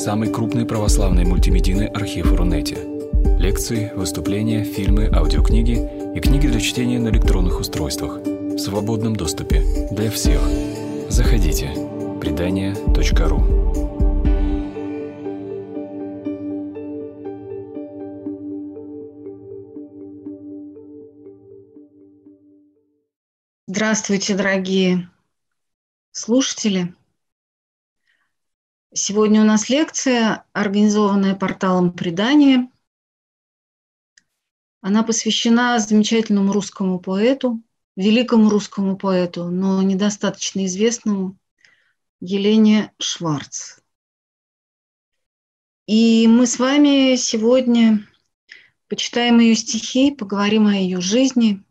самый крупный православный мультимедийный архив Рунете. Лекции, выступления, фильмы, аудиокниги и книги для чтения на электронных устройствах в свободном доступе для всех. Заходите. Предания.ру. Здравствуйте, дорогие слушатели. Сегодня у нас лекция, организованная порталом «Предания». Она посвящена замечательному русскому поэту, великому русскому поэту, но недостаточно известному, Елене Шварц. И мы с вами сегодня почитаем ее стихи, поговорим о ее жизни,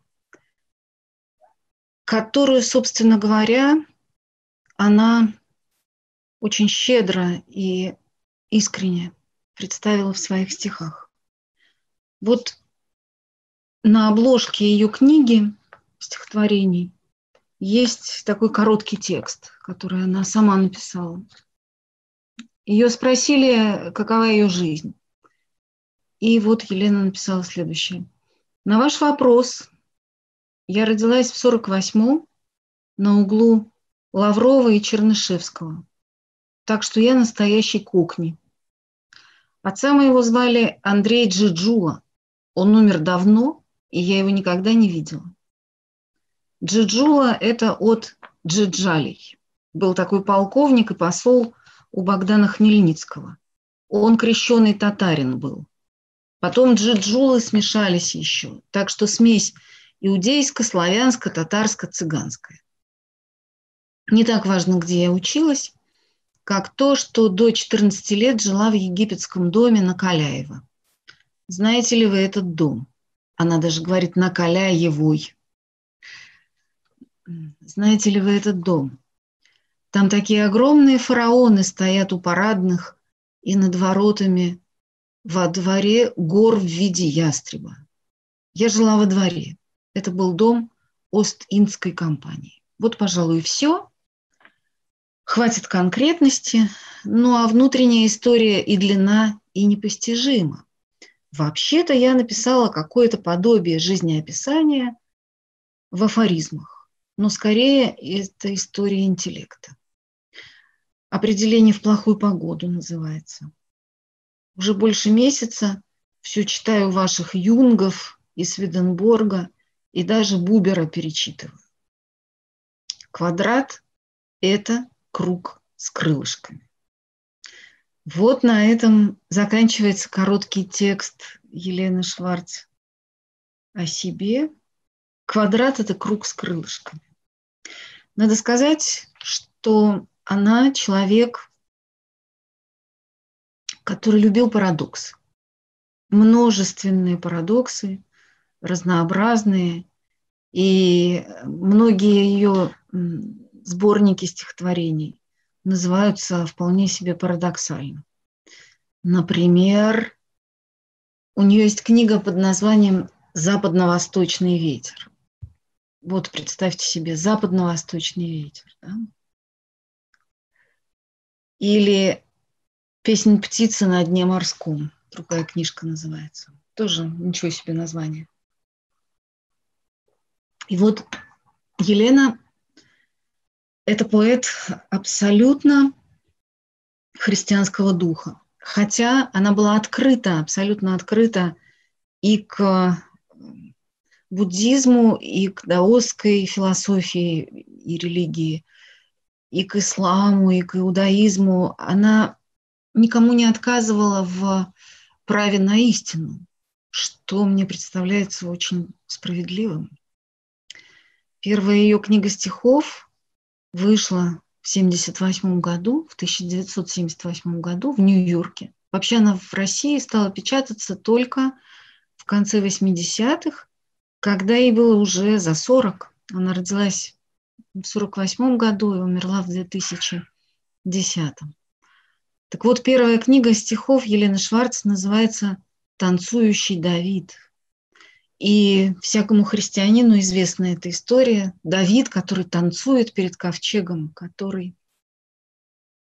которую, собственно говоря, она очень щедро и искренне представила в своих стихах. Вот на обложке ее книги, стихотворений, есть такой короткий текст, который она сама написала. Ее спросили, какова ее жизнь. И вот Елена написала следующее. На ваш вопрос. Я родилась в 48-м на углу Лаврова и Чернышевского. Так что я настоящий кукни. Отца моего звали Андрей Джиджула. Он умер давно, и я его никогда не видела. Джиджула – это от Джиджалей. Был такой полковник и посол у Богдана Хмельницкого. Он крещеный татарин был. Потом джиджулы смешались еще, так что смесь иудейско-славянско-татарско-цыганская. Не так важно, где я училась, как то, что до 14 лет жила в египетском доме на Каляево. Знаете ли вы этот дом? Она даже говорит «на Каляевой». Знаете ли вы этот дом? Там такие огромные фараоны стоят у парадных и над воротами во дворе гор в виде ястреба. Я жила во дворе. Это был дом Ост-Индской компании. Вот, пожалуй, и все. Хватит конкретности. Ну, а внутренняя история и длина, и непостижима. Вообще-то я написала какое-то подобие жизнеописания в афоризмах. Но скорее это история интеллекта. Определение в плохую погоду называется. Уже больше месяца все читаю ваших Юнгов и Сведенборга, и даже Бубера перечитываю. Квадрат – это круг с крылышками. Вот на этом заканчивается короткий текст Елены Шварц о себе. Квадрат – это круг с крылышками. Надо сказать, что она человек, который любил парадоксы. Множественные парадоксы, разнообразные. И многие ее сборники стихотворений называются вполне себе парадоксально. Например, у нее есть книга под названием «Западно-восточный ветер». Вот представьте себе, западно-восточный ветер. Да? Или «Песнь птицы на дне морском». Другая книжка называется. Тоже ничего себе название. И вот Елена – это поэт абсолютно христианского духа. Хотя она была открыта, абсолютно открыта и к буддизму, и к даосской философии и религии, и к исламу, и к иудаизму. Она никому не отказывала в праве на истину, что мне представляется очень справедливым. Первая ее книга стихов вышла в 1978 году в Нью-Йорке. Вообще она в России стала печататься только в конце 80-х, когда ей было уже за 40. Она родилась в 1948 году и умерла в 2010. Так вот, первая книга стихов Елены Шварц называется «Танцующий Давид». И всякому христианину известна эта история. Давид, который танцует перед ковчегом, который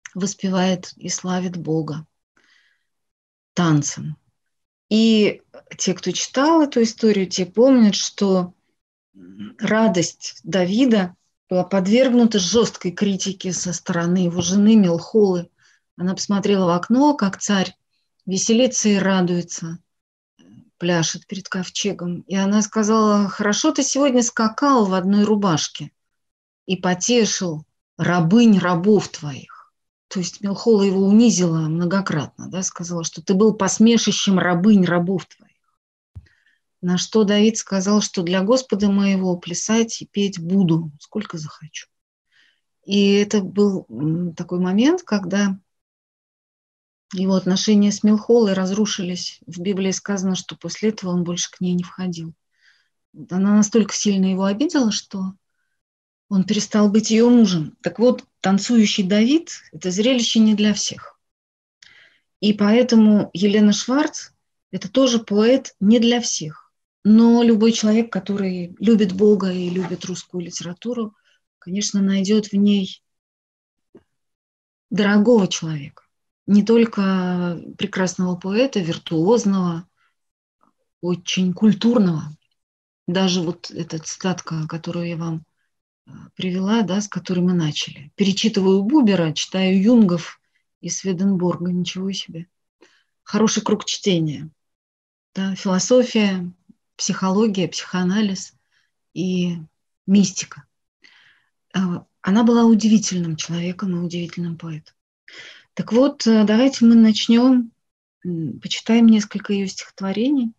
воспевает и славит Бога танцем. И те, кто читал эту историю, те помнят, что радость Давида была подвергнута жесткой критике со стороны его жены Милхолы. Она посмотрела в окно, как царь веселится и радуется, пляшет перед ковчегом. И она сказала: хорошо ты сегодня скакал в одной рубашке и потешил рабынь рабов твоих. То есть Милхола его унизила многократно, да, сказала, что ты был посмешищем рабынь рабов твоих. На что Давид сказал, что для Господа моего плясать и петь буду, сколько захочу. И это был такой момент, когда его отношения с Милхолой разрушились. В Библии сказано, что после этого он больше к ней не входил. Она настолько сильно его обидела, что он перестал быть ее мужем. Так вот, танцующий Давид – это зрелище не для всех. И поэтому Елена Шварц – это тоже поэт не для всех. Но любой человек, который любит Бога и любит русскую литературу, конечно, найдет в ней дорогого человека. Не только прекрасного поэта, виртуозного, очень культурного. Даже вот эта цитатка, которую я вам привела, да, с которой мы начали. Перечитываю Бубера, читаю Юнгов и Сведенборга. Ничего себе. Хороший круг чтения. Да, философия, психология, психоанализ и мистика. Она была удивительным человеком и удивительным поэтом. Так вот, давайте мы начнем, почитаем несколько ее стихотворений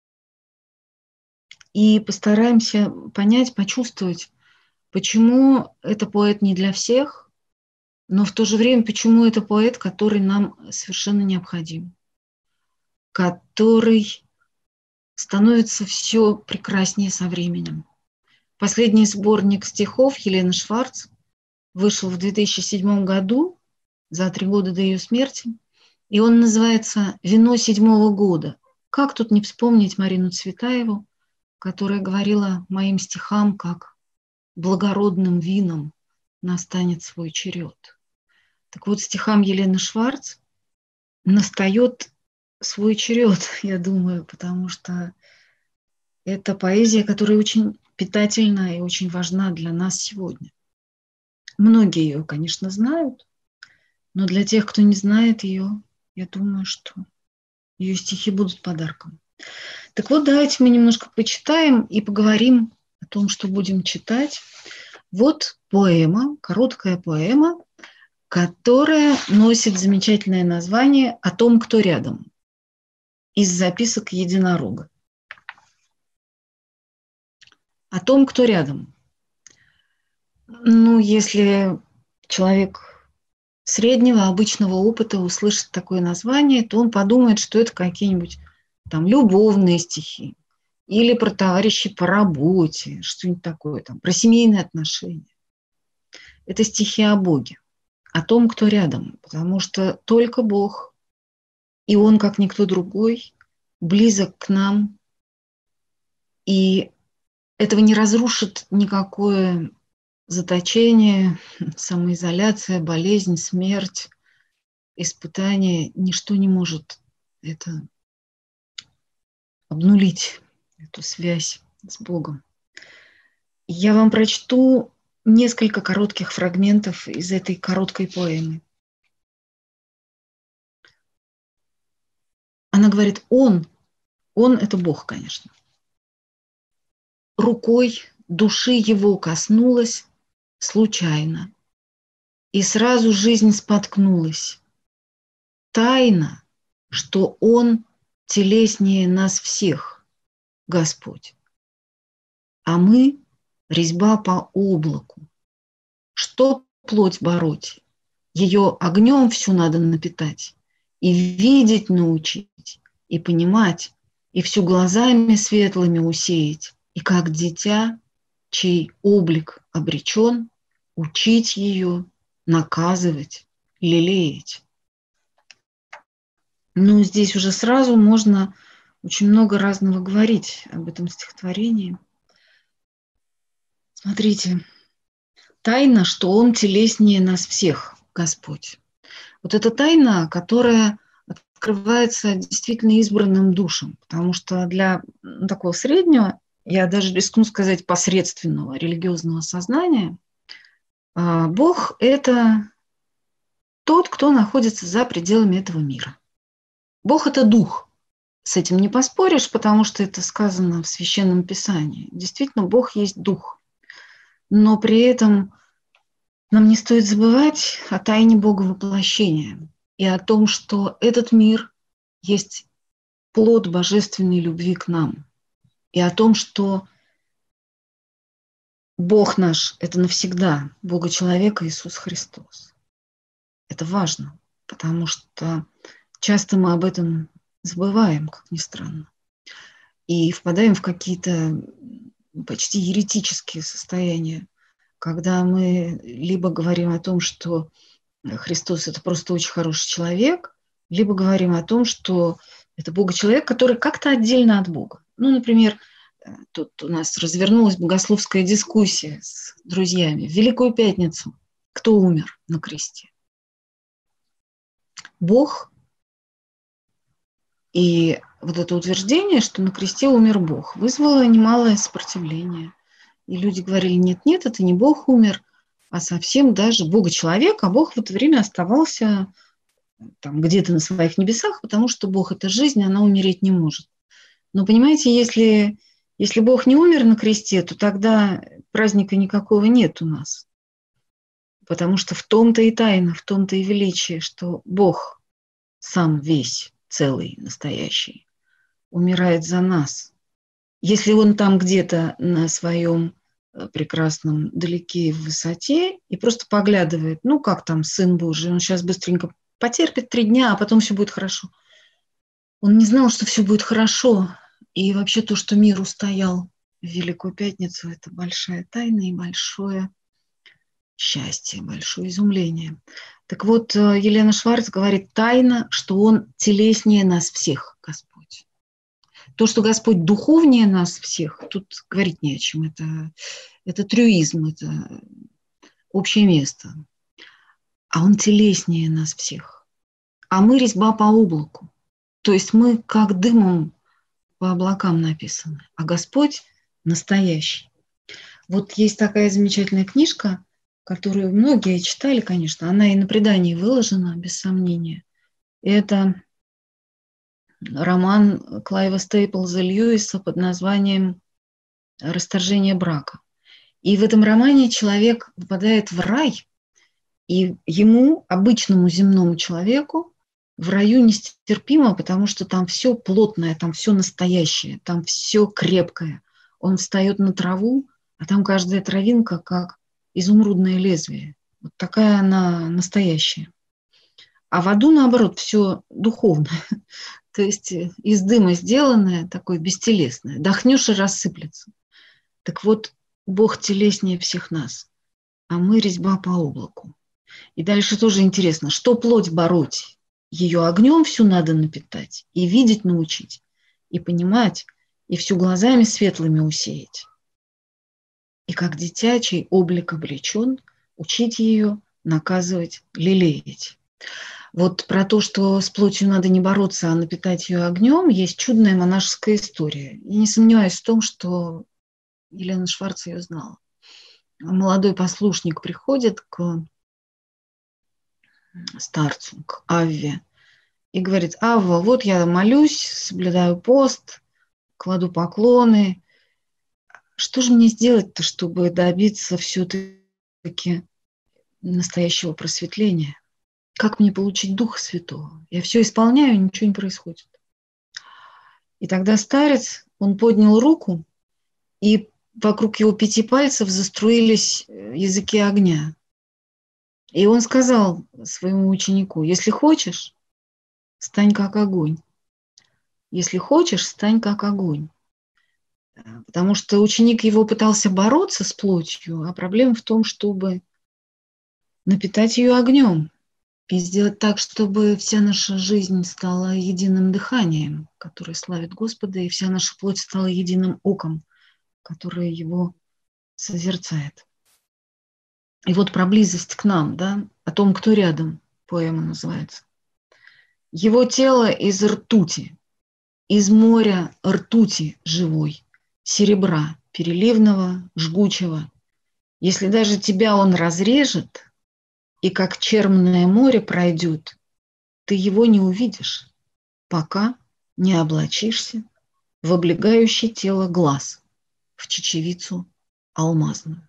и постараемся понять, почувствовать, почему это поэт не для всех, но в то же время, почему это поэт, который нам совершенно необходим, который становится все прекраснее со временем. Последний сборник стихов Елены Шварц вышел в 2007 году, за 3 года до ее смерти, и он называется «Вино 7-го года». Как тут не вспомнить Марину Цветаеву, которая говорила моим стихам, как благородным вином настанет свой черед. Так вот, стихам Елены Шварц настает свой черед, я думаю, потому что это поэзия, которая очень питательна и очень важна для нас сегодня. Многие ее, конечно, знают, но для тех, кто не знает ее, я думаю, что ее стихи будут подарком. Так вот, давайте мы немножко почитаем и поговорим о том, что будем читать. Вот поэма, короткая поэма, которая носит замечательное название «О том, кто рядом» из записок единорога. О том, кто рядом. Ну, если человек среднего, обычного опыта услышит такое название, то он подумает, что это какие-нибудь там любовные стихи или про товарищей по работе, что-нибудь такое, там, про семейные отношения. Это стихи о Боге, о том, кто рядом, потому что только Бог, и Он, как никто другой, близок к нам, и этого не разрушит никакое заточение, самоизоляция, болезнь, смерть, испытание. Ничто не может это обнулить, эту связь с Богом. Я вам прочту несколько коротких фрагментов из этой короткой поэмы. Она говорит, он это Бог, конечно. Рукой души его коснулась случайно, и сразу жизнь споткнулась. Тайна, что он телеснее нас всех, Господь. А мы — резьба по облаку. Что плоть бороть? Ее огнем всю надо напитать, и видеть научить, и понимать, и всю глазами светлыми усеять, и как дитя, чей облик обречен, учить ее, наказывать, лелеять. Ну, здесь уже сразу можно очень много разного говорить об этом стихотворении. Смотрите, тайна, что он телеснее нас всех, Господь. Вот это тайна, которая открывается действительно избранным душам, потому что для такого среднего, я даже рискну сказать, посредственного религиозного сознания, Бог – это тот, кто находится за пределами этого мира. Бог – это дух. С этим не поспоришь, потому что это сказано в Священном Писании. Действительно, Бог есть дух. Но при этом нам не стоит забывать о тайне Бога воплощения и о том, что этот мир есть плод божественной любви к нам. И о том, что Бог наш – это навсегда Бога-человека Иисус Христос. Это важно, потому что часто мы об этом забываем, как ни странно, и впадаем в какие-то почти еретические состояния, когда мы либо говорим о том, что Христос – это просто очень хороший человек, либо говорим о том, что это Бога-человек, который как-то отдельно от Бога. Ну, например, тут у нас развернулась богословская дискуссия с друзьями. В Великую Пятницу кто умер на кресте? Бог. И вот это утверждение, что на кресте умер Бог, вызвало немалое сопротивление. И люди говорили, нет, это не Бог умер, а совсем даже Бога-человек, а Бог в это время оставался там где-то на своих небесах, потому что Бог – это жизнь, она умереть не может. Но понимаете, если Бог не умер на кресте, то тогда праздника никакого нет у нас. Потому что в том-то и тайна, в том-то и величие, что Бог сам весь, целый, настоящий, умирает за нас. Если Он там где-то на своем прекрасном далеке в высоте и просто поглядывает, ну как там Сын Божий, Он сейчас быстренько потерпит 3 дня, а потом все будет хорошо. Он не знал, что все будет хорошо. И вообще то, что мир устоял в Великую Пятницу, это большая тайна и большое счастье, большое изумление. Так вот, Елена Шварц говорит, тайна, что Он телеснее нас всех, Господь. То, что Господь духовнее нас всех, тут говорить не о чем. Это трюизм, это общее место. А Он телеснее нас всех. А мы резьба по облаку. То есть мы как дымом по облакам написаны. А Господь настоящий. Вот есть такая замечательная книжка, которую многие читали, конечно. Она и на предании выложена, без сомнения. Это роман Клайва Стейплза Льюиса под названием «Расторжение брака». И в этом романе человек попадает в рай, и ему, обычному земному человеку, в раю нестерпимо, потому что там все плотное, там все настоящее, там все крепкое. Он встает на траву, а там каждая травинка как изумрудное лезвие. Вот такая она настоящая. А в аду, наоборот, все духовное. То есть из дыма сделанное, такое бестелесное. Дохнешь и рассыплется. Так вот, Бог телеснее всех нас, а мы резьба по облаку. И дальше тоже интересно, что плоть бороть? Ее огнем всю надо напитать, и видеть научить, и понимать, и всю глазами светлыми усеять. И как дитя, чей облик облечен, учить ее, наказывать, лелеять. Вот про то, что с плотью надо не бороться, а напитать ее огнем, есть чудная монашеская история. И не сомневаюсь в том, что Елена Шварц ее знала. Молодой послушник приходит к старцу, к Авве, и говорит, Авва, вот я молюсь, соблюдаю пост, кладу поклоны. Что же мне сделать-то, чтобы добиться все-таки настоящего просветления? Как мне получить Духа Святого? Я все исполняю, ничего не происходит. И тогда старец, он поднял руку, и вокруг его 5 пальцев заструились языки огня. И он сказал своему ученику, если хочешь, стань как огонь. Если хочешь, стань как огонь. Потому что ученик его пытался бороться с плотью, а проблема в том, чтобы напитать ее огнем и сделать так, чтобы вся наша жизнь стала единым дыханием, которое славит Господа, и вся наша плоть стала единым оком, которое его созерцает. И вот про близость к нам, да, о том, кто рядом. поэма называется. Его тело из ртути, из моря ртути живой, серебра, переливного, жгучего. Если даже тебя он разрежет и как черное море пройдет, ты его не увидишь, пока не облачишься в облегающее тело глаз, в чечевицу алмазную.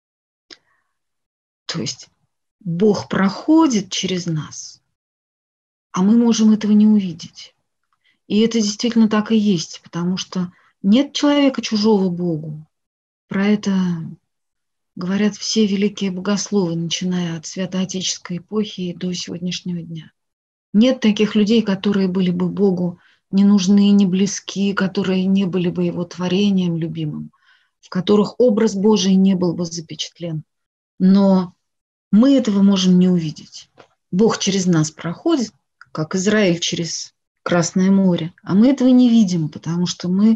То есть Бог проходит через нас, а мы можем этого не увидеть. И это действительно так и есть, потому что нет человека чужого Богу. Про это говорят все великие богословы, начиная от святоотеческой эпохи и до сегодняшнего дня. Нет таких людей, которые были бы Богу не нужны, не близки, которые не были бы Его творением любимым, в которых образ Божий не был бы запечатлен. Но мы этого можем не увидеть. Бог через нас проходит, как Израиль через Красное море, а мы этого не видим, потому что мы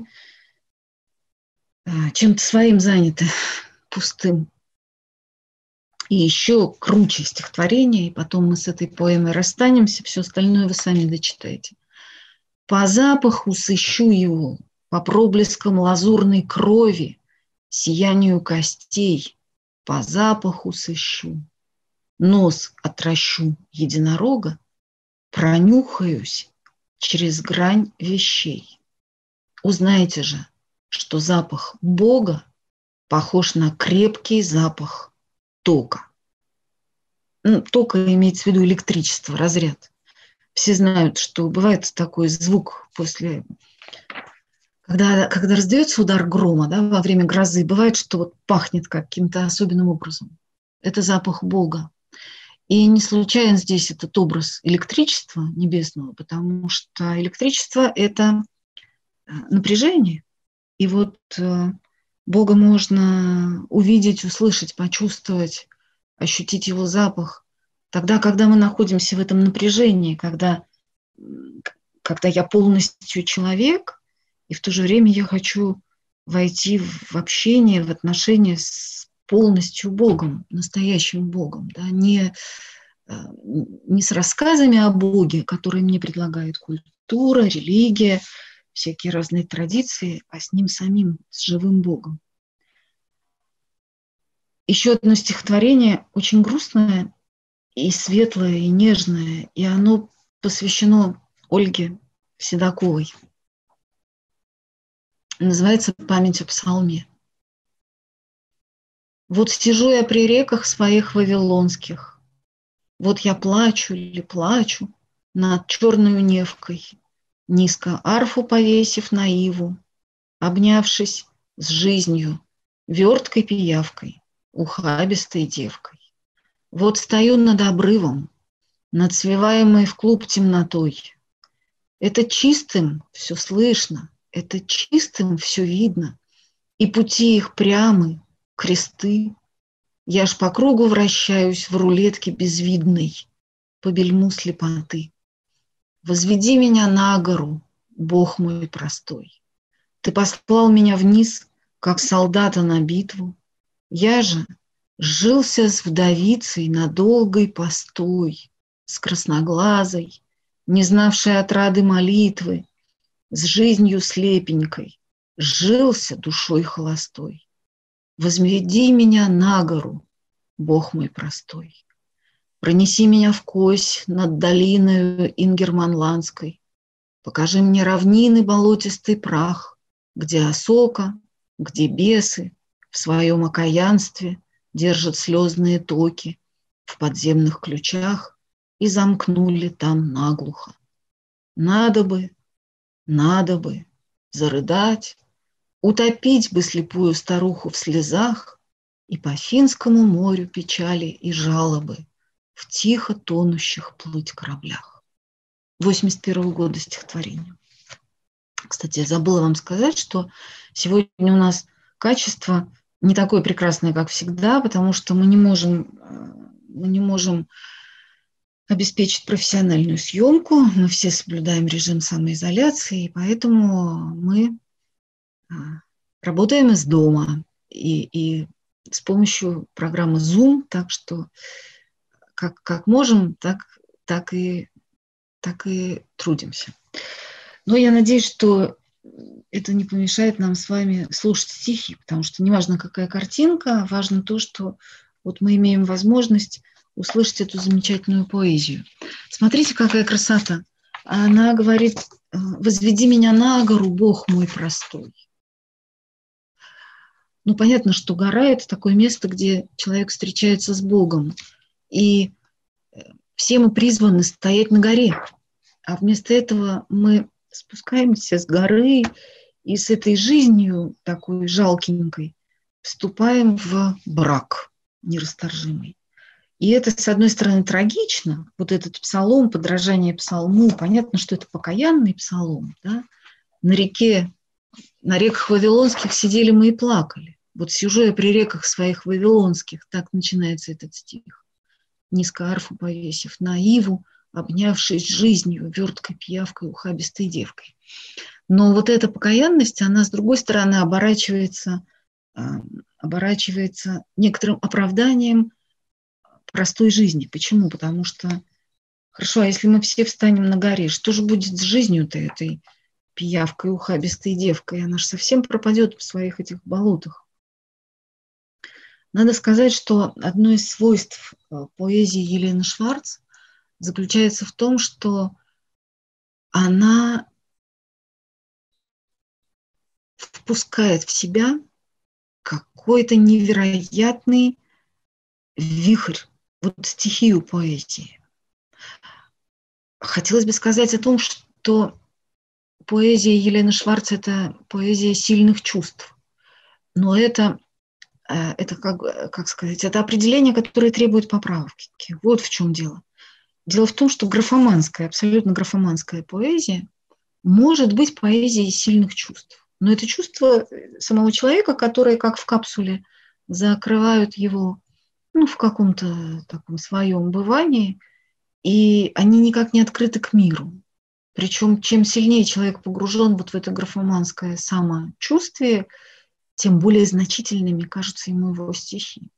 чем-то своим заняты, пустым. И еще круче стихотворение, и потом мы с этой поэмой расстанемся, все остальное вы сами дочитаете. По запаху сыщу его, по проблескам лазурной крови, сиянию костей, по запаху сыщу. Нос отращу единорога, пронюхаюсь через грань вещей. Узнаете же, что запах Бога похож на крепкий запах тока. Тока имеется в виду электричество, разряд. Все знают, что бывает такой звук после... Когда раздается удар грома, да, во время грозы, бывает, что вот пахнет каким-то особенным образом. Это запах Бога. И не случайно здесь этот образ электричества небесного, потому что электричество – это напряжение. И вот Бога можно увидеть, услышать, почувствовать, ощутить Его запах тогда, когда мы находимся в этом напряжении, когда я полностью человек, и в то же время я хочу войти в общение, в отношения с полностью Богом, настоящим Богом, да, не с рассказами о Боге, которые мне предлагает культура, религия, всякие разные традиции, а с Ним самим, с живым Богом. Еще одно стихотворение очень грустное и светлое, и нежное, и оно посвящено Ольге Седоковой. Называется «Память о псалме». Вот сижу я при реках своих вавилонских, вот я плачу или плачу над черною Невкой, низко арфу повесив на иву, обнявшись с жизнью, верткой пиявкой, ухабистой девкой. Вот стою над обрывом, над свиваемой в клуб темнотой. Это чистым все слышно, это чистым все видно, и пути их прямы, кресты. Я ж по кругу вращаюсь в рулетке безвидной, по бельму слепоты. Возведи меня на гору, Бог мой простой. Ты послал меня вниз, как солдата на битву. Я же сжился с вдовицей на долгой постой, с красноглазой, не знавшей отрады молитвы, с жизнью слепенькой, сжился душой холостой. Возведи меня на гору, Бог мой простой. Пронеси меня вкось над долиною Ингерманландской. Покажи мне равнины болотистый прах, где осока, где бесы в своем окаянстве держат слезные токи в подземных ключах и замкнули там наглухо. Надо бы зарыдать, утопить бы слепую старуху в слезах и по Финскому морю печали и жалобы в тихо тонущих плыть кораблях. 81 года стихотворение. Кстати, я забыла вам сказать, что сегодня у нас качество не такое прекрасное, как всегда, потому что мы не можем обеспечить профессиональную съемку, мы все соблюдаем режим самоизоляции, и поэтому мы работаем из дома и с помощью программы Zoom, так что как можем, так так и трудимся. Но я надеюсь, что это не помешает нам с вами слушать стихи, потому что неважно, какая картинка, важно то, что вот мы имеем возможность услышать эту замечательную поэзию. Смотрите, какая красота. Она говорит: «Возведи меня на гору, Бог мой простой». Ну, понятно, что гора – это такое место, где человек встречается с Богом. И все мы призваны стоять на горе. А вместо этого мы спускаемся с горы и с этой жизнью такой жалкенькой вступаем в брак нерасторжимый. И это, с одной стороны, трагично. Вот этот псалом, подражание псалму, понятно, что это покаянный псалом. Да? На реках вавилонских сидели мы и плакали. Вот сижу я при реках своих вавилонских, так начинается этот стих. Низко арфу повесив на иву, обнявшись жизнью, верткой пиявкой, ухабистой девкой. Но вот эта покаянность, она, с другой стороны, оборачивается некоторым оправданием простой жизни. Почему? Потому что, хорошо, а если мы все встанем на горе, что же будет с жизнью-то этой пиявкой, ухабистой девкой? Она же совсем пропадет в своих этих болотах. Надо сказать, что одно из свойств поэзии Елены Шварц заключается в том, что она впускает в себя какой-то невероятный вихрь, вот стихию поэзии. Хотелось бы сказать о том, что поэзия Елены Шварц – это поэзия сильных чувств. Но это как сказать, это определение, которое требует поправки. Вот в чем дело. Дело в том, что графоманская, абсолютно графоманская поэзия может быть поэзией сильных чувств. Но это чувство самого человека, которые, как в капсуле, закрывают его в каком-то таком своем бывании, и они никак не открыты к миру. Причем, чем сильнее человек погружен вот в это графоманское самочувствие, тем более значительными кажутся ему его стихи.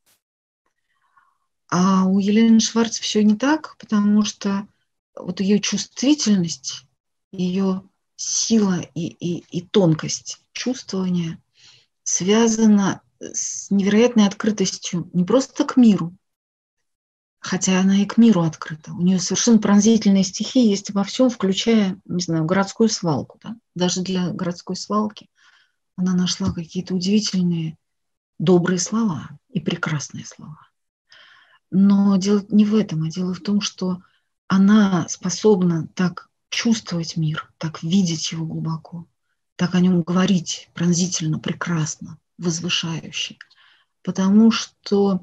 А у Елены Шварц все не так, потому что вот ее чувствительность, ее сила и тонкость чувствования связана с невероятной открытостью не просто к миру, хотя она и к миру открыта. У нее совершенно пронзительные стихи есть обо всем, включая, не знаю, городскую свалку. Да? Даже для городской свалки она нашла какие-то удивительные, добрые слова и прекрасные слова. Но дело не в этом, а дело в том, что она способна так чувствовать мир, так видеть его глубоко, так о нем говорить пронзительно, прекрасно, возвышающе. Потому что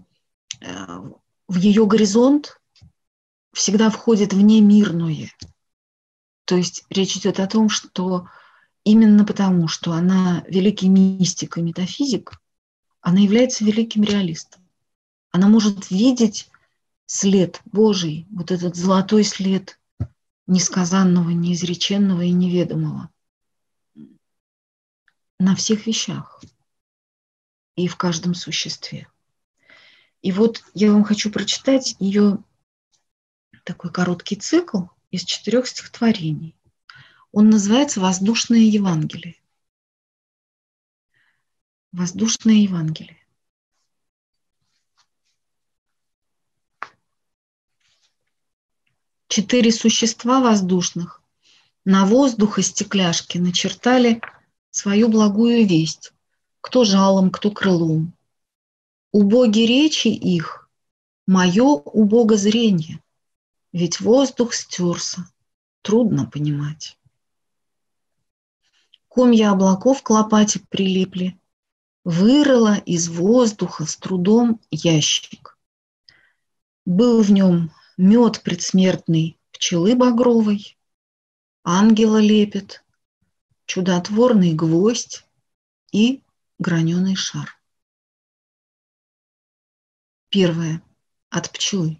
в ее горизонт всегда входит внемирное. То есть речь идет о том, что именно потому, что она великий мистик и метафизик, она является великим реалистом. Она может видеть след Божий, вот этот золотой след несказанного, неизреченного и неведомого на всех вещах и в каждом существе. И вот я вам хочу прочитать ее такой короткий цикл из 4 стихотворений. Он называется «Воздушное Евангелие». Воздушное Евангелие. Четыре существа воздушных на воздуха стекляшки начертали свою благую весть, кто жалом, кто крылом. Убоги речи их, мое убого зрение, ведь воздух стерся, трудно понимать. Комья облаков к лопате прилипли, вырыла из воздуха с трудом ящик. Был в нем мед предсмертный пчелы багровой, ангела лепет, чудотворный гвоздь и граненый шар. Первое. От пчелы.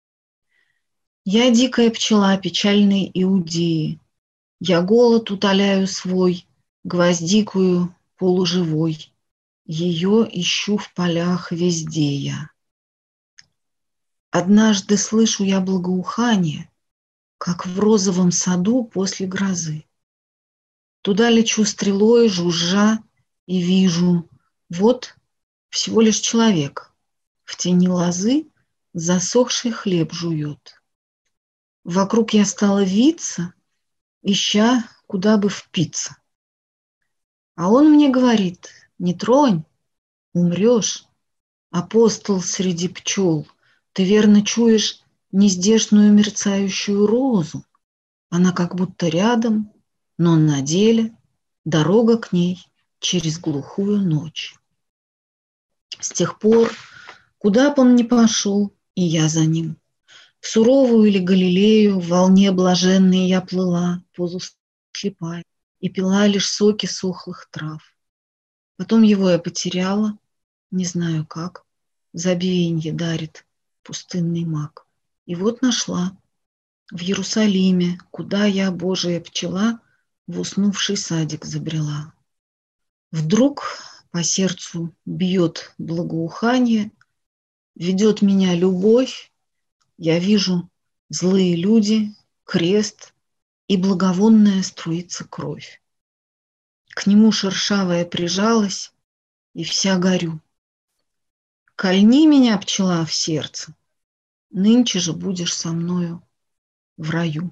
Я дикая пчела печальной Иудеи, я голод утоляю свой, гвоздикую полуживой, ее ищу в полях везде я. Однажды слышу я благоухание, как в розовом саду после грозы. Туда лечу стрелой, жужжа, и вижу, вот всего лишь человек в тени лозы засохший хлеб жует. Вокруг я стала виться, ища, куда бы впиться. А он мне говорит: не тронь, умрешь. Апостол среди пчел, ты верно чуешь нездешную мерцающую розу. Она как будто рядом, но на деле дорога к ней через глухую ночь. С тех пор, куда б он ни пошел, и я за ним. В суровую или Галилею в волне блаженной я плыла, полуслепая, и пила лишь соки сохлых трав. Потом его я потеряла, не знаю как, забвенье дарит пустынный маг. И вот нашла в Иерусалиме, куда я, Божия пчела, в уснувший садик забрела. Вдруг по сердцу бьет благоухание, ведет меня любовь, я вижу злые люди, крест и благовонная струится кровь. К нему шершавая прижалась, и вся горю. Кольни меня, пчела, в сердце, нынче же будешь со мною в раю.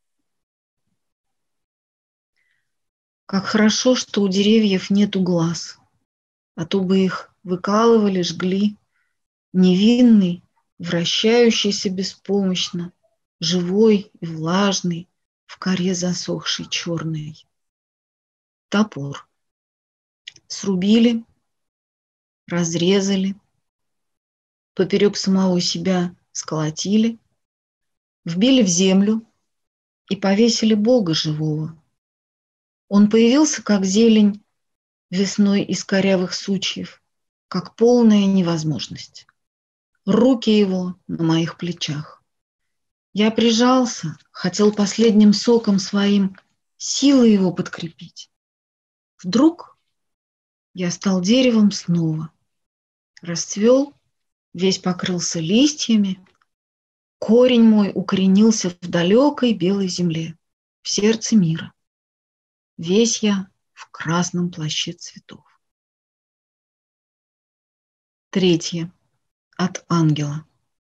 Как хорошо, что у деревьев нету глаз, а то бы их выкалывали, жгли. Невинный, вращающийся беспомощно, живой и влажный, в коре засохшей черной. Топор. Срубили, разрезали, поперек самого себя сколотили, вбили в землю и повесили Бога живого. Он появился, как зелень весной из корявых сучьев, как полная невозможность. Руки его на моих плечах. Я прижался, хотел последним соком своим силы его подкрепить. Вдруг я стал деревом снова. Расцвел, весь покрылся листьями. Корень мой укоренился в далекой белой земле, в сердце мира. Весь я в красном плаще цветов. 3. От ангела.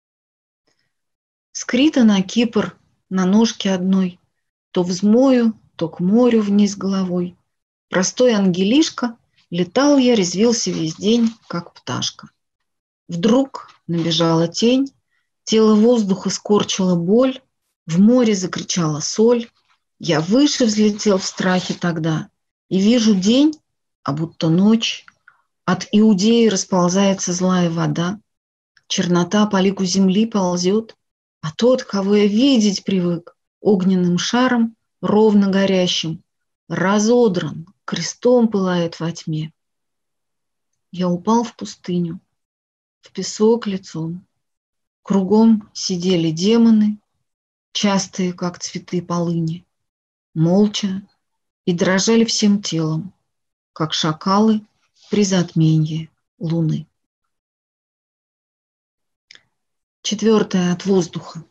С Крита на Кипр на ножке одной, то взмою, то к морю вниз головой. Простой ангелишка, летал я, резвился весь день, как пташка. Вдруг набежала тень, тело воздуха скорчила боль, в море закричала соль. Я выше взлетел в страхе тогда, и вижу день, а будто ночь. От Иудеи расползается злая вода, чернота по лику земли ползет, а тот, кого я видеть привык, огненным шаром, ровно горящим, разодран, крестом пылает во тьме. Я упал в пустыню, в песок лицом. Кругом сидели демоны, частые, как цветы полыни, молча и дрожали всем телом, как шакалы при затмении луны. 4. От воздуха.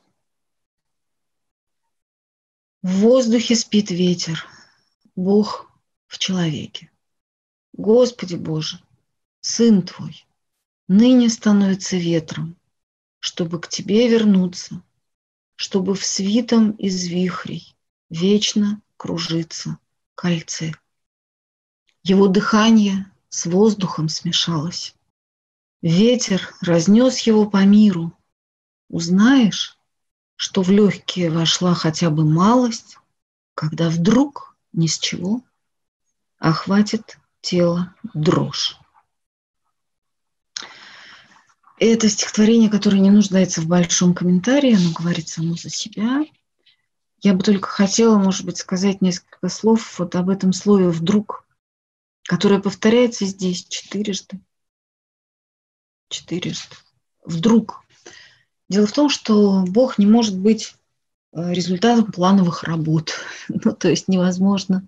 В воздухе спит ветер, Бог в человеке. Господи Боже, Сын Твой ныне становится ветром, чтобы к Тебе вернуться, чтобы в свитом из вихрей вечно кружиться кольце. Его дыхание с воздухом смешалось. Ветер разнес его по миру. Узнаешь, что в легкие вошла хотя бы малость, когда вдруг ни с чего охватит тело дрожь. Это стихотворение, которое не нуждается в большом комментарии, оно говорит само за себя. Я бы только хотела, может быть, сказать несколько слов вот об этом слове «вдруг», которое повторяется здесь 4 раза. 4 раза. Вдруг. Дело в том, что Бог не может быть результатом плановых работ. Ну, то есть невозможно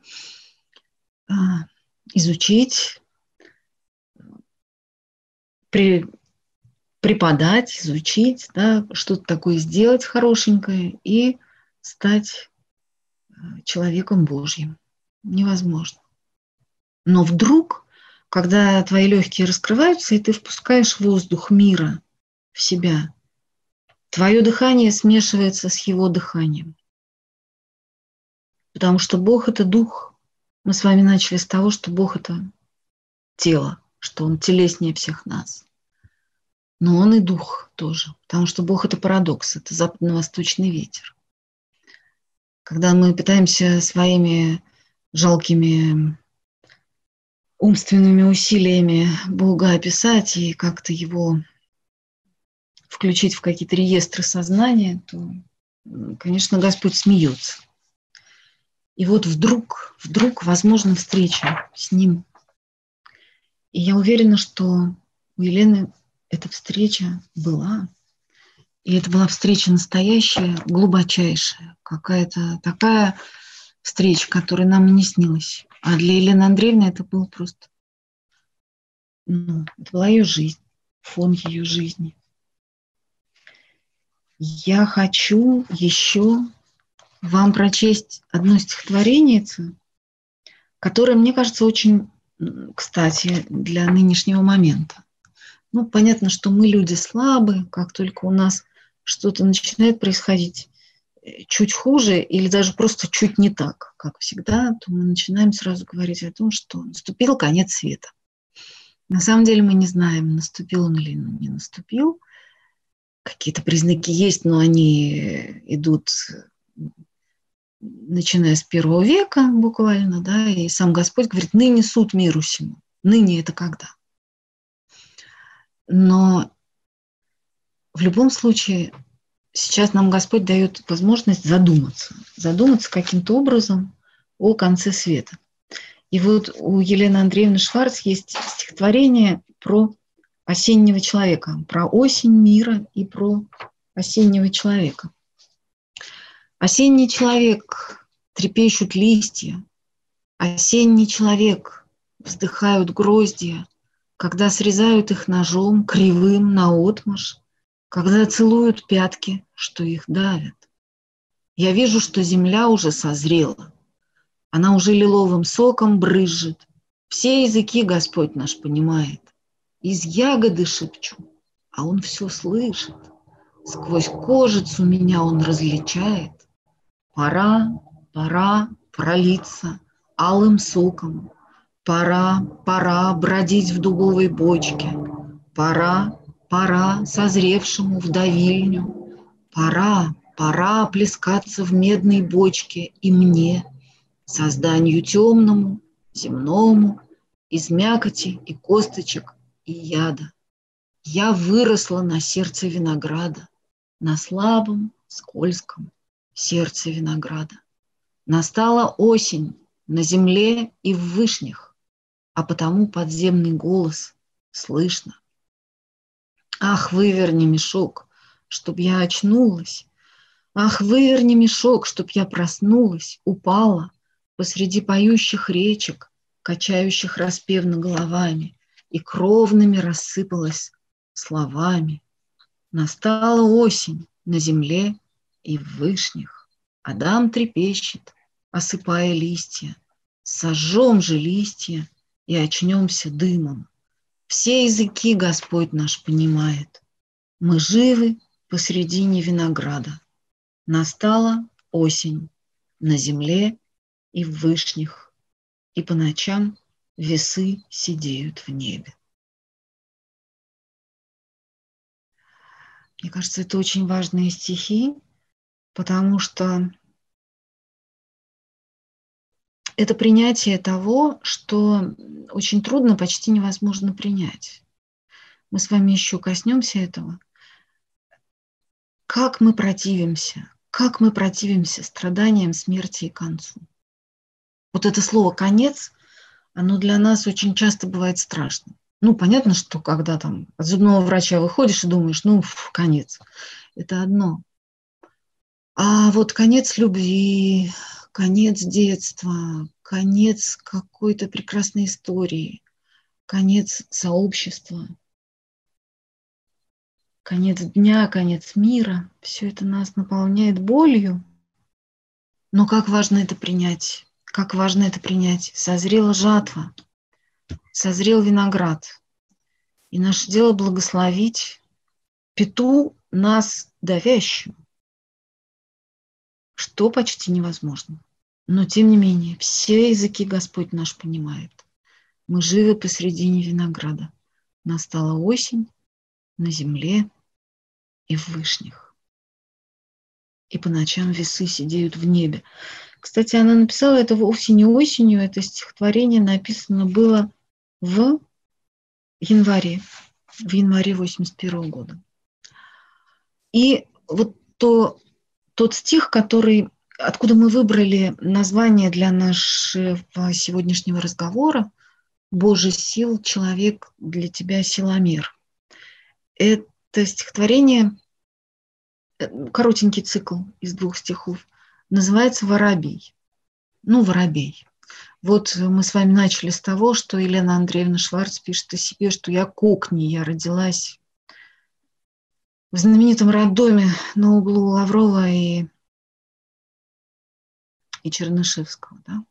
изучить, преподать, изучить, да, что-то такое сделать хорошенькое и стать человеком Божьим. Невозможно. Но вдруг, когда твои легкие раскрываются, и ты впускаешь воздух мира в себя, твое дыхание смешивается с его дыханием. Потому что Бог – это дух. Мы с вами начали с того, что Бог – это тело, что Он телеснее всех нас. Но Он и дух тоже, потому что Бог – это парадокс, это западно-восточный ветер. Когда мы пытаемся своими жалкими умственными усилиями Бога описать и как-то его включить в какие-то реестры сознания, то, конечно, Господь смеется. И вот вдруг, возможна встреча с Ним. И я уверена, что у Елены эта встреча была. И это была встреча настоящая, глубочайшая. Какая-то такая встреча, которая нам не снилась. А для Елены Андреевны это было просто... это была ее жизнь, фон ее жизни. Я хочу еще вам прочесть одно стихотворение, которое, мне кажется, очень кстати для нынешнего момента. Понятно, что мы люди слабые, как только у нас что-то начинает происходить чуть хуже или даже просто чуть не так, как всегда, то мы начинаем сразу говорить о том, что наступил конец света. На самом деле мы не знаем, наступил он или не наступил. Какие-то признаки есть, но они идут, начиная с 1 века буквально, да, и сам Господь говорит: ныне суд миру сему. Ныне это когда? Но в любом случае сейчас нам Господь дает возможность задуматься каким-то образом о конце света. И вот у Елены Андреевны Шварц есть стихотворение про осеннего человека, про осень мира и про осеннего человека. Осенний человек, трепещут листья, осенний человек, вздыхают гроздья, когда срезают их ножом кривым наотмашь, когда целуют пятки, что их давят. Я вижу, что земля уже созрела, она уже лиловым соком брызжет, все языки Господь наш понимает. Из ягоды шепчу, а Он все слышит, сквозь кожицу меня Он различает. Пора пролиться алым соком, пора бродить в дубовой бочке, пора созревшему в давильню, пора плескаться в медной бочке и мне, созданию темному, земному, из мякоти и косточек и яда. Я выросла на сердце винограда, на слабом, скользком сердце винограда. Настала осень на земле и в вышнях, а потому подземный голос слышно. Ах, выверни мешок, чтоб я очнулась. Ах, выверни мешок, чтоб я проснулась, упала посреди поющих речек, качающих распевно головами, и кровными рассыпалась словами. Настала осень на земле и в вышнях. Адам трепещет, осыпая листья. Сожжем же листья и очнемся дымом. Все языки Господь наш понимает. Мы живы посредине винограда. Настала осень на земле и в вышнях, и по ночам весы сидеют в небе. Мне кажется, это очень важные стихи, потому что это принятие того, что очень трудно, почти невозможно принять. Мы с вами еще коснемся этого. Как мы противимся страданиям, смерти и концу. Вот это слово «конец», оно для нас очень часто бывает страшным. Понятно, что когда там от зубного врача выходишь и думаешь, конец. Это одно. А вот конец любви, конец детства, конец какой-то прекрасной истории, конец сообщества, конец дня, конец мира. Все это нас наполняет болью, Но как важно это принять, как важно это принять. Созрела жатва, созрел виноград. И наше дело благословить пету нас давящую, что почти невозможно. Но тем не менее, все языки Господь наш понимает. Мы живы посредине винограда. Настала осень на земле и в вышнях. И по ночам весы сидеют в небе. Кстати, она написала это вовсе не осенью. Это стихотворение написано было в январе 81 года. И вот тот стих, откуда мы выбрали название для нашего сегодняшнего разговора, «Божий сил, человек для тебя силомер». Это стихотворение, коротенький цикл из 2 стихов, называется «Воробей». Ну, воробей. Вот мы с вами начали с того, что Елена Андреевна Шварц пишет о себе, что я кокни, я родилась в знаменитом роддоме на углу Лаврова и Чернышевского. Да?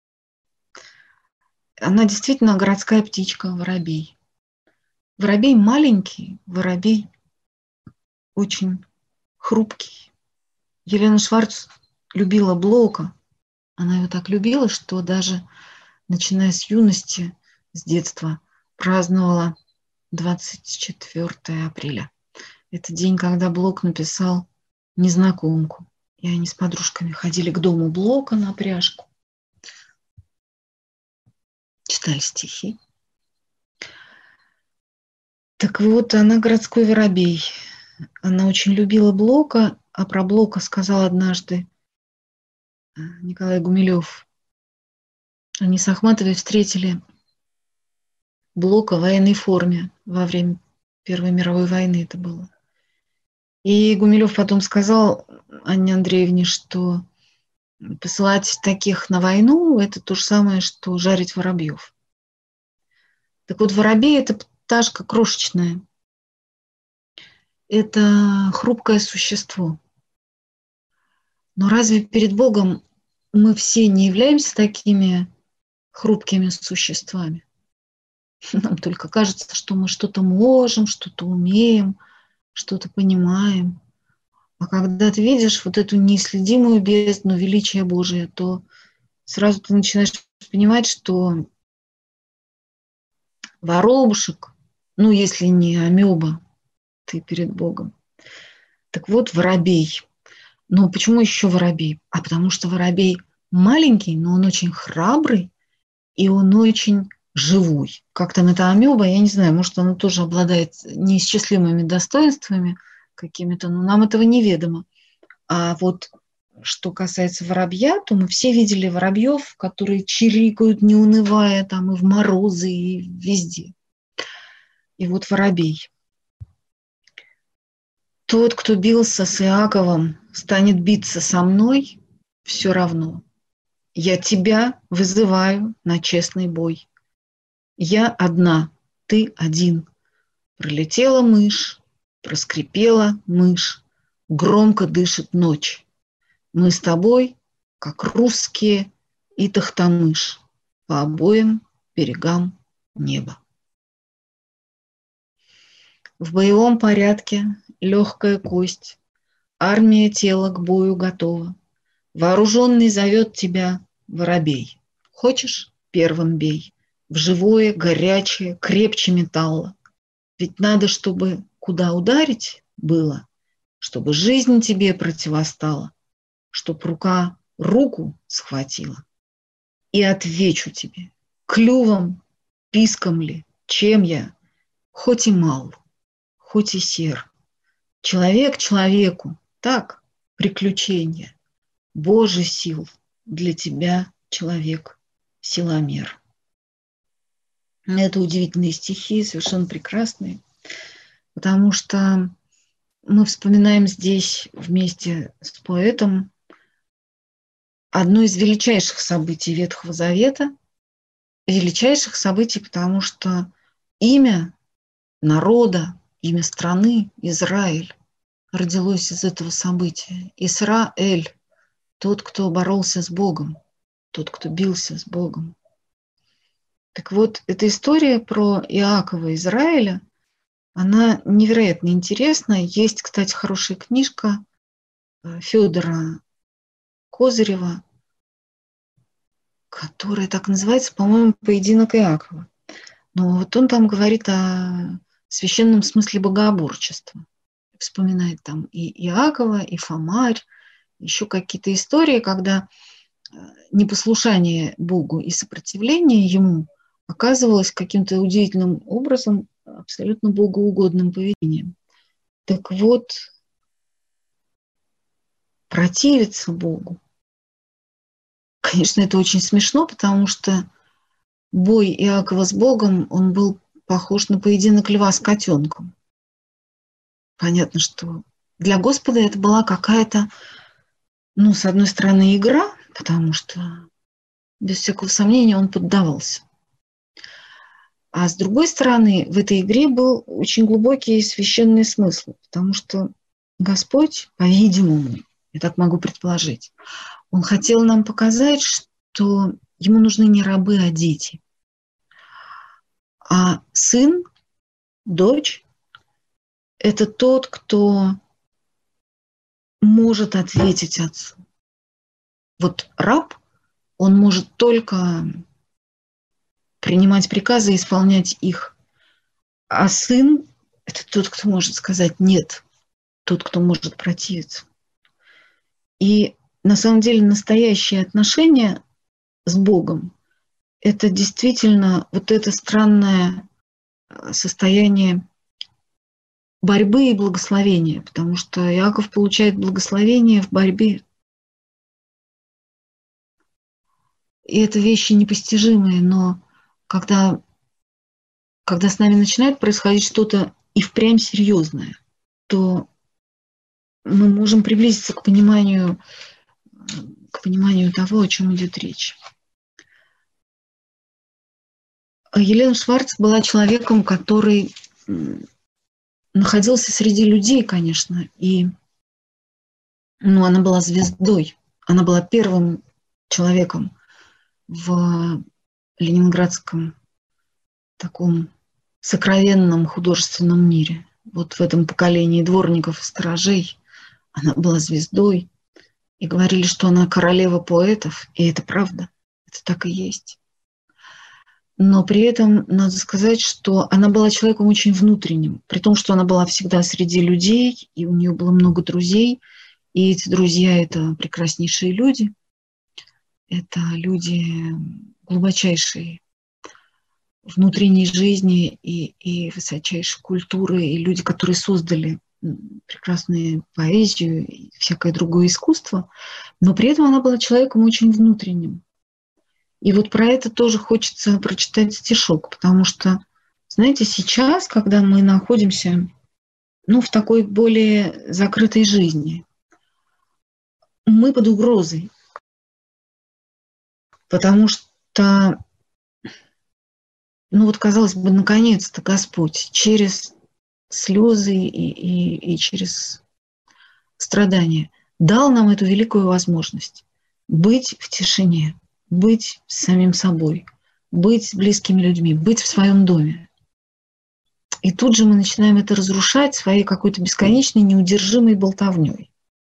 Она действительно городская птичка, воробей. Воробей маленький, воробей очень хрупкий. Елена Шварц любила Блока. Она его так любила, что даже начиная с юности, с детства, праздновала 24 апреля. Это день, когда Блок написал «Незнакомку». И они с подружками ходили к дому Блока на пряжку. Читали стихи. Так вот, она городской воробей. Она очень любила Блока, а про Блока сказал однажды Николай Гумилев. Они с Ахматовой встретили Блока в военной форме во время Первой мировой войны это было. И Гумилев потом сказал Анне Андреевне, что посылать таких на войну – это то же самое, что жарить воробьев. Так вот, воробей – это пташка крошечная. Это хрупкое существо. Но разве перед Богом мы все не являемся такими хрупкими существами? Нам только кажется, что мы что-то можем, что-то умеем, что-то понимаем. А когда ты видишь вот эту неисследимую бездну величия Божия, то сразу ты начинаешь понимать, что воробушек, ну, если не амеба, ты перед Богом. Так вот, воробей. Но почему еще воробей? А потому что воробей маленький, но он очень храбрый, и он очень живой. Как там эта амеба, я не знаю, может, она тоже обладает неисчислимыми достоинствами какими-то, но нам этого неведомо. А вот что касается воробья, то мы все видели воробьев, которые чирикают, не унывая, там и в морозы, и везде. И вот воробей. Тот, кто бился с Иаковом, станет биться со мной все равно. Я тебя вызываю на честный бой. Я одна, ты один. Пролетела мышь, проскрипела мышь, громко дышит ночь. Мы с тобой, как русские и Тохтамыш, по обоим берегам неба. В боевом порядке легкая кость, армия тела к бою готова. Вооруженный зовет тебя воробей. Хочешь, первым бей. В живое, горячее, крепче металла. Ведь надо, чтобы куда ударить было, чтобы жизнь тебе противостала, чтоб рука руку схватила. И отвечу тебе, клювом, писком ли, чем я, хоть и мал, хоть и сер. Человек человеку, так, приключение. Божий сил для тебя, человек, силомер. Это удивительные стихи, совершенно прекрасные, потому что мы вспоминаем здесь вместе с поэтом одно из величайших событий Ветхого Завета, величайших событий, потому что имя народа, имя страны Израиль родилось из этого события. Исраэль, тот, кто боролся с Богом, тот, кто бился с Богом. Так вот, эта история про Иакова и Израиля, она невероятно интересная. Есть, кстати, хорошая книжка Федора Козырева, которая так называется, по-моему, «Поединок Иакова». Но вот он там говорит о священном смысле богоборчества. Вспоминает там и Иакова, и Фомарь, еще какие-то истории, когда непослушание Богу и сопротивление Ему оказывалось каким-то удивительным образом абсолютно богоугодным поведением. Так вот, противиться Богу, конечно, это очень смешно, потому что бой Иакова с Богом, он был похож на поединок льва с котенком. Понятно, что для Господа это была какая-то, ну, с одной стороны, игра, потому что, без всякого сомнения, он поддавался. А с другой стороны, в этой игре был очень глубокий священный смысл, потому что Господь, по-видимому, я так могу предположить, Он хотел нам показать, что Ему нужны не рабы, а дети. А сын, дочь – это тот, кто может ответить отцу. Вот раб, он может только принимать приказы и исполнять их. А сын – это тот, кто может сказать «нет», тот, кто может противиться. И на самом деле настоящие отношения с Богом – это действительно вот это странное состояние борьбы и благословения, потому что Иаков получает благословение в борьбе. И это вещи непостижимые, но когда с нами начинает происходить что-то и впрямь серьезное, то мы можем приблизиться к пониманию того, о чем идет речь. Елена Шварц была человеком, который находился среди людей, конечно, и она была звездой. Она была первым человеком в ленинградском таком сокровенном художественном мире. Вот в этом поколении дворников и сторожей она была звездой. И говорили, что она королева поэтов, и это правда, это так и есть. Но при этом надо сказать, что она была человеком очень внутренним, при том, что она была всегда среди людей, и у нее было много друзей, и эти друзья – это прекраснейшие люди, это люди глубочайшей внутренней жизни и высочайшей культуры, и люди, которые создали прекрасную поэзию и всякое другое искусство, но при этом она была человеком очень внутренним. И вот про это тоже хочется прочитать стишок, потому что, знаете, сейчас, когда мы находимся в такой более закрытой жизни, мы под угрозой, потому что, казалось бы, наконец-то Господь через слезы и через страдания дал нам эту великую возможность быть в тишине, быть с самим собой, быть с близкими людьми, быть в своем доме. И тут же мы начинаем это разрушать своей какой-то бесконечной, неудержимой болтовней.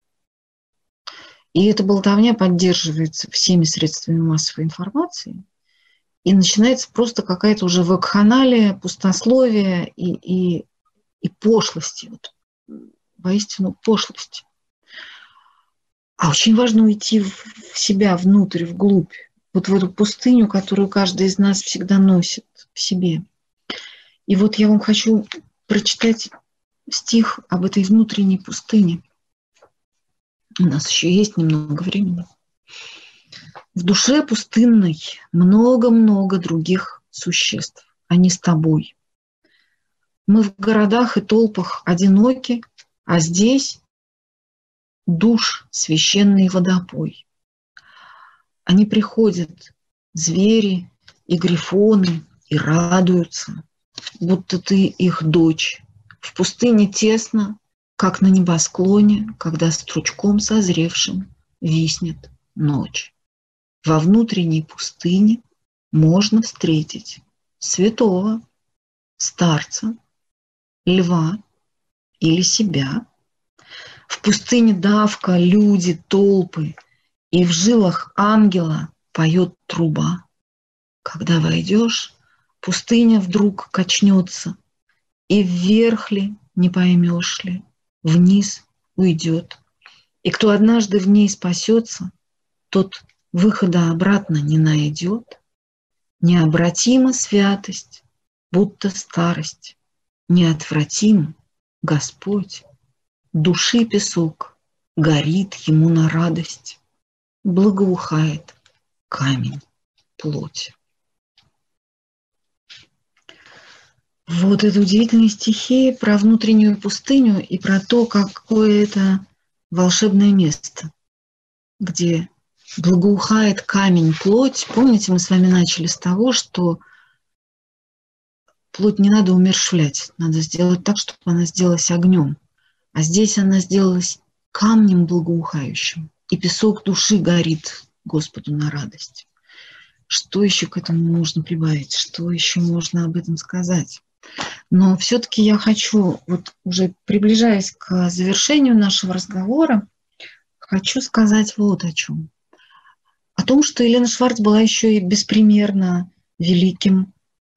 И эта болтовня поддерживается всеми средствами массовой информации, и начинается просто какая-то уже вакханалия, пустословие и пошлости, воистину пошлости. А очень важно уйти в себя, внутрь, вглубь, вот в эту пустыню, которую каждый из нас всегда носит в себе. И вот я вам хочу прочитать стих об этой внутренней пустыне. У нас еще есть немного времени. В душе пустынной много-много других существ. Они с тобой. Мы в городах и толпах одиноки, а здесь душ священный водопой. Они приходят, звери и грифоны, и радуются, будто ты их дочь. В пустыне тесно, как на небосклоне, когда стручком созревшим виснет ночь. Во внутренней пустыне можно встретить святого, старца, льва или себя. В пустыне давка, люди, толпы, и в жилах ангела поет труба. Когда войдешь, пустыня вдруг качнется, и вверх ли, не поймешь ли, вниз уйдет. И кто однажды в ней спасется, тот выхода обратно не найдет. Необратима святость, будто старость, неотвратим Господь. Души песок горит ему на радость, благоухает камень плоть. Вот это удивительные стихи про внутреннюю пустыню и про то, какое это волшебное место, где благоухает камень плоть. Помните, мы с вами начали с того, что плоть не надо умерщвлять, надо сделать так, чтобы она сделалась огнем. А здесь она сделалась камнем благоухающим, и песок души горит Господу на радость. Что еще к этому можно прибавить? Что еще можно об этом сказать? Но все-таки я хочу, вот уже приближаясь к завершению нашего разговора, хочу сказать вот о чем. О том, что Елена Шварц была еще и беспримерно великим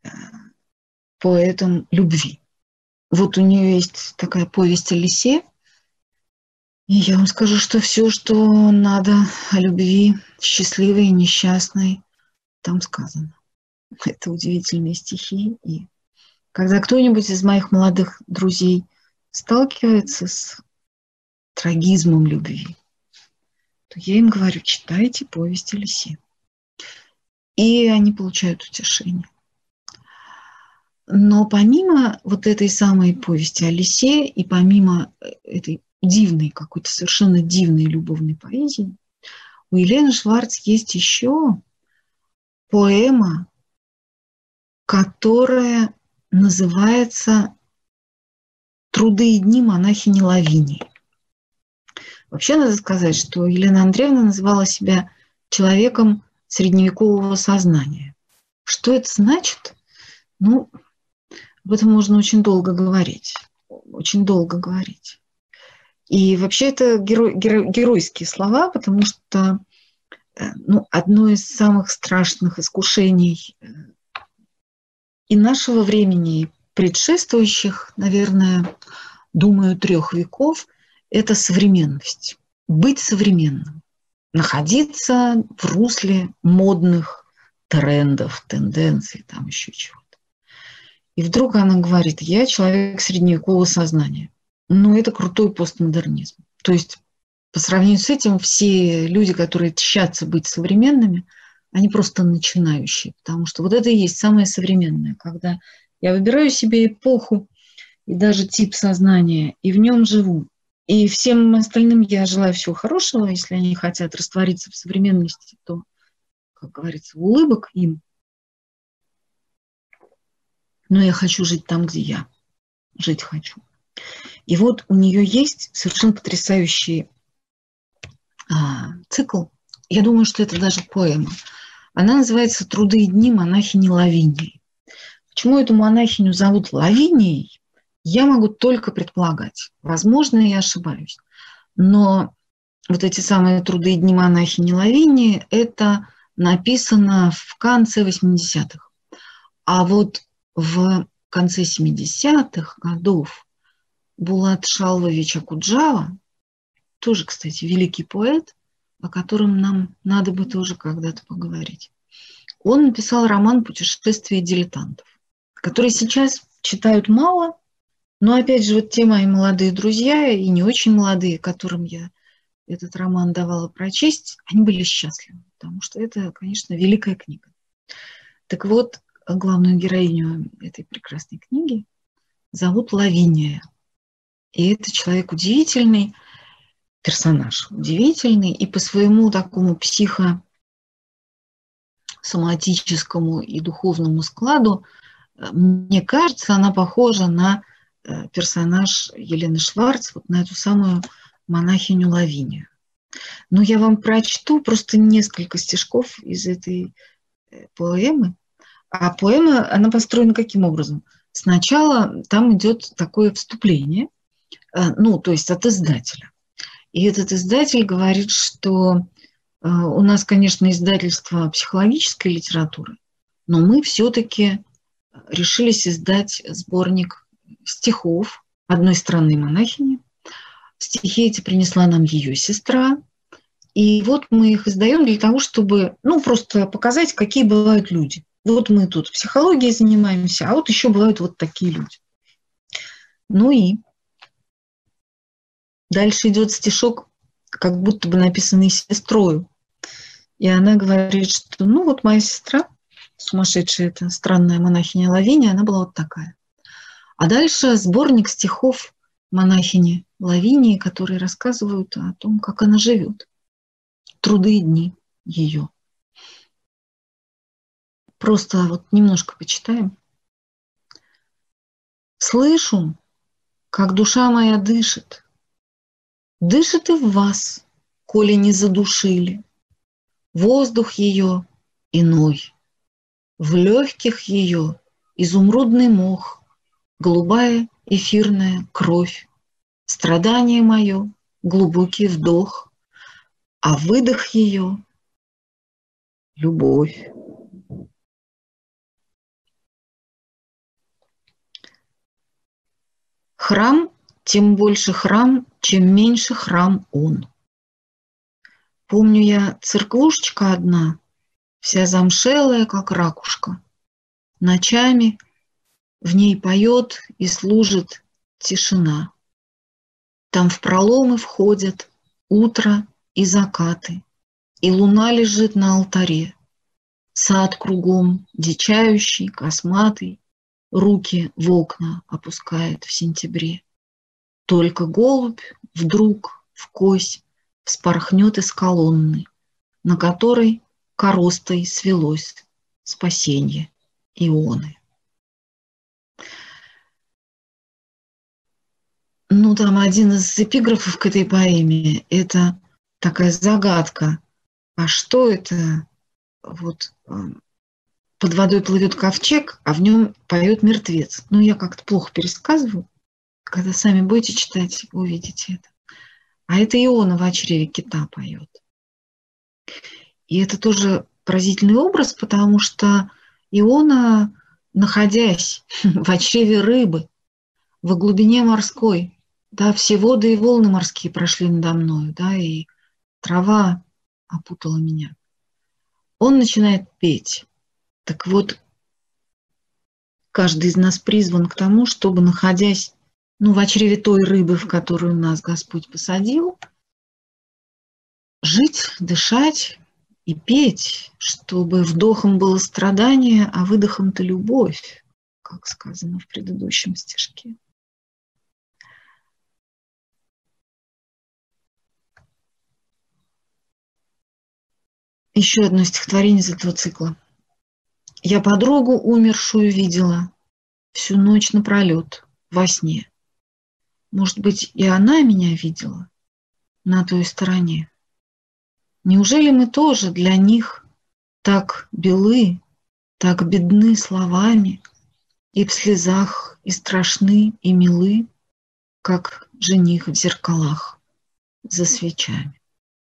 поэтом любви. Вот у нее есть такая повесть о лисе, и я вам скажу, что все, что надо о любви, счастливой и несчастной, там сказано. Это удивительные стихи. И когда кто-нибудь из моих молодых друзей сталкивается с трагизмом любви, то я им говорю: читайте повесть о лисе. И они получают утешение. Но помимо вот этой самой повести о лисе и помимо этой дивной, какой-то совершенно дивной любовной поэзии, у Елены Шварц есть еще поэма, которая называется «Труды и дни монахини Лавинии». Вообще надо сказать, что Елена Андреевна называла себя человеком средневекового сознания. Что это значит? Ну, об этом можно очень долго говорить. Очень долго говорить. И вообще это геройские слова, потому что одно из самых страшных искушений и нашего времени, и предшествующих, наверное, думаю, 3 веков, это современность. Быть современным. Находиться в русле модных трендов, тенденций, там еще чего-то. И вдруг она говорит: я человек средневекового сознания. Ну, это крутой постмодернизм. То есть по сравнению с этим все люди, которые тщатся быть современными, они просто начинающие. Потому что вот это и есть самое современное, когда я выбираю себе эпоху и даже тип сознания, и в нем живу. И всем остальным я желаю всего хорошего. Если они хотят раствориться в современности, то, как говорится, улыбок им. Но я хочу жить там, где я жить хочу. И вот у нее есть совершенно потрясающий цикл. Я думаю, что это даже поэма. Она называется «Труды и дни монахини Лавинии». Почему эту монахиню зовут Лавинией, я могу только предполагать. Возможно, я ошибаюсь. Но вот эти самые «Труды и дни монахини Лавинии» это написано в конце 80-х. А вот в конце 70-х годов Булат Шалвович Акуджава, тоже, кстати, великий поэт, о котором нам надо бы тоже когда-то поговорить, он написал роман «Путешествие дилетантов», который сейчас читают мало, но, опять же, вот те мои молодые друзья и не очень молодые, которым я этот роман давала прочесть, они были счастливы, потому что это, конечно, великая книга. Так вот, главную героиню этой прекрасной книги зовут Лавиния. И это человек удивительный, персонаж удивительный, и по своему такому психосоматическому и духовному складу, мне кажется, она похожа на персонаж Елены Шварц, вот на эту самую монахиню Лавинию. Но я вам прочту просто несколько стишков из этой поэмы. А поэма, она построена каким образом? Сначала там идет такое вступление, ну, то есть от издателя. И этот издатель говорит, что у нас, конечно, издательство психологической литературы, но мы все-таки решились издать сборник стихов одной странной монахини. Стихи эти принесла нам ее сестра. И вот мы их издаем для того, чтобы, ну, просто показать, какие бывают люди. Вот мы тут психологией занимаемся, а вот еще бывают вот такие люди. Ну и дальше идет стишок, как будто бы написанный сестрою. И она говорит, что, ну, вот моя сестра, сумасшедшая эта странная монахиня Лавиния, она была вот такая. А дальше сборник стихов монахини Лавинии, которые рассказывают о том, как она живет. Труды и дни ее. Просто вот немножко почитаем. Слышу, как душа моя дышит. Дышит и в вас, коли не задушили. Воздух ее иной. В легких ее изумрудный мох, голубая эфирная кровь. Страдание мое, глубокий вдох, а выдох ее – любовь. Храм, тем больше храм, чем меньше храм он. Помню я церквушечка одна, вся замшелая, как ракушка. Ночами в ней поет и служит тишина. Там в проломы входят утро и закаты, и луна лежит на алтаре. Сад кругом дичающий, косматый, руки в окна опускает в сентябре. Только голубь вдруг вкось вспорхнет из колонны, на которой коростой свелось спасенье Ионы. Ну, там один из эпиграфов к этой поэме – это такая загадка. А что это? Вот под водой плывет ковчег, а в нем поет мертвец. Ну, я как-то плохо пересказываю. Когда сами будете читать, увидите это. А это Иона в чреве кита поет. И это тоже поразительный образ, потому что Иона, находясь в чреве рыбы, во глубине морской, да, все воды и волны морские прошли надо мною, да, и трава опутала меня. Он начинает петь. Так вот, каждый из нас призван к тому, чтобы, находясь, ну, в чреве той рыбы, в которую нас Господь посадил, жить, дышать и петь, чтобы вдохом было страдание, а выдохом-то любовь, как сказано в предыдущем стишке. Еще одно стихотворение из этого цикла. «Я подругу умершую видела всю ночь напролет во сне. Может быть, и она меня видела на той стороне. Неужели мы тоже для них так белы, так бедны словами, и в слезах, и страшны, и милы, как жених в зеркалах за свечами?»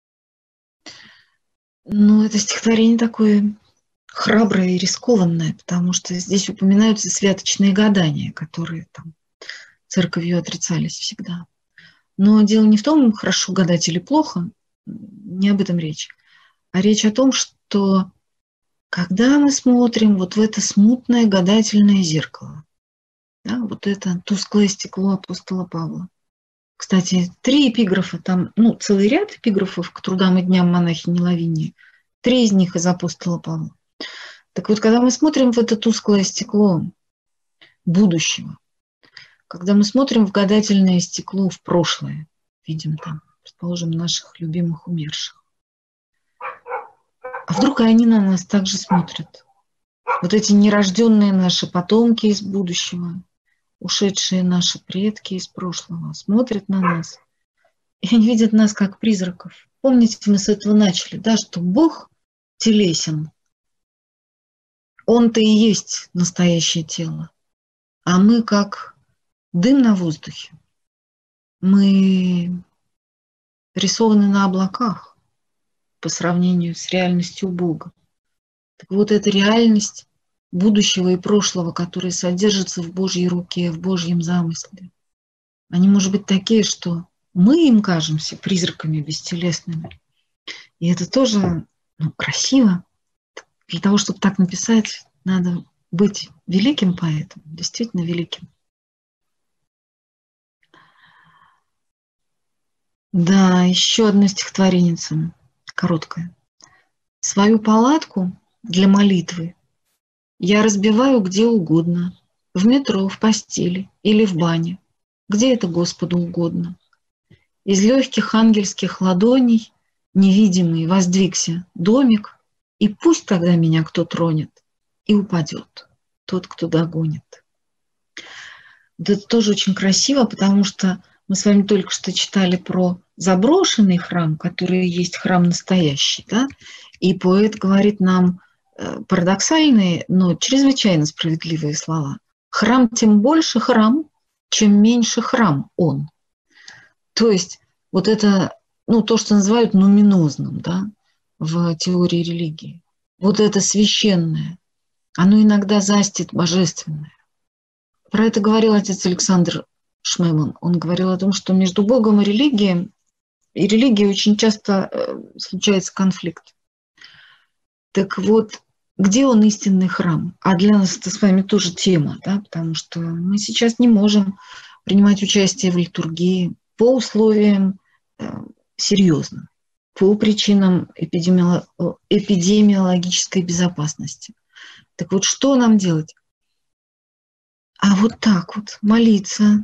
Ну, это стихотворение такое храброе и рискованное, потому что здесь упоминаются святочные гадания, которые там церковью отрицались всегда. Но дело не в том, хорошо гадать или плохо, не об этом речь, а речь о том, что когда мы смотрим вот в это смутное гадательное зеркало, да, вот это тусклое стекло апостола Павла. Кстати, 3 эпиграфа, там, ну, целый ряд эпиграфов к трудам и дням монахини Лавинии, 3 из них из апостола Павла. Так вот, когда мы смотрим в это тусклое стекло будущего, когда мы смотрим в гадательное стекло в прошлое, видим там, предположим, наших любимых умерших, а вдруг и они на нас также смотрят? Вот эти нерожденные наши потомки из будущего, ушедшие наши предки из прошлого смотрят на нас и они видят нас как призраков. Помните, мы с этого начали, да, что Бог телесен. Он-то и есть настоящее тело. А мы как дым на воздухе. Мы рисованы на облаках по сравнению с реальностью Бога. Так вот, эта реальность будущего и прошлого, которые содержатся в Божьей руке, в Божьем замысле, они, может быть, такие, что мы им кажемся призраками бестелесными. И это тоже красиво. Для того, чтобы так написать, надо быть великим поэтом, действительно великим. Да, еще одно стихотворение, короткое. Свою палатку для молитвы я разбиваю где угодно, в метро, в постели или в бане, где это Господу угодно. Из легких ангельских ладоней невидимый воздвигся домик, и пусть тогда меня кто тронет, и упадет тот, кто догонит. Вот это тоже очень красиво, потому что мы с вами только что читали про заброшенный храм, который есть храм настоящий, да? И поэт говорит нам парадоксальные, но чрезвычайно справедливые слова. Храм тем больше храм, чем меньше храм он. То есть вот это, то, что называют нуминозным, да, в теории религии. Вот это священное, оно иногда застит божественное. Про это говорил отец Александр Шмеман. Он говорил о том, что между Богом и религией очень часто случается конфликт. Так вот, где он истинный храм? А для нас это с вами тоже тема, да, потому что мы сейчас не можем принимать участие в литургии по условиям серьезным, по причинам эпидемиологической безопасности. Так вот, что нам делать? А вот так вот молиться,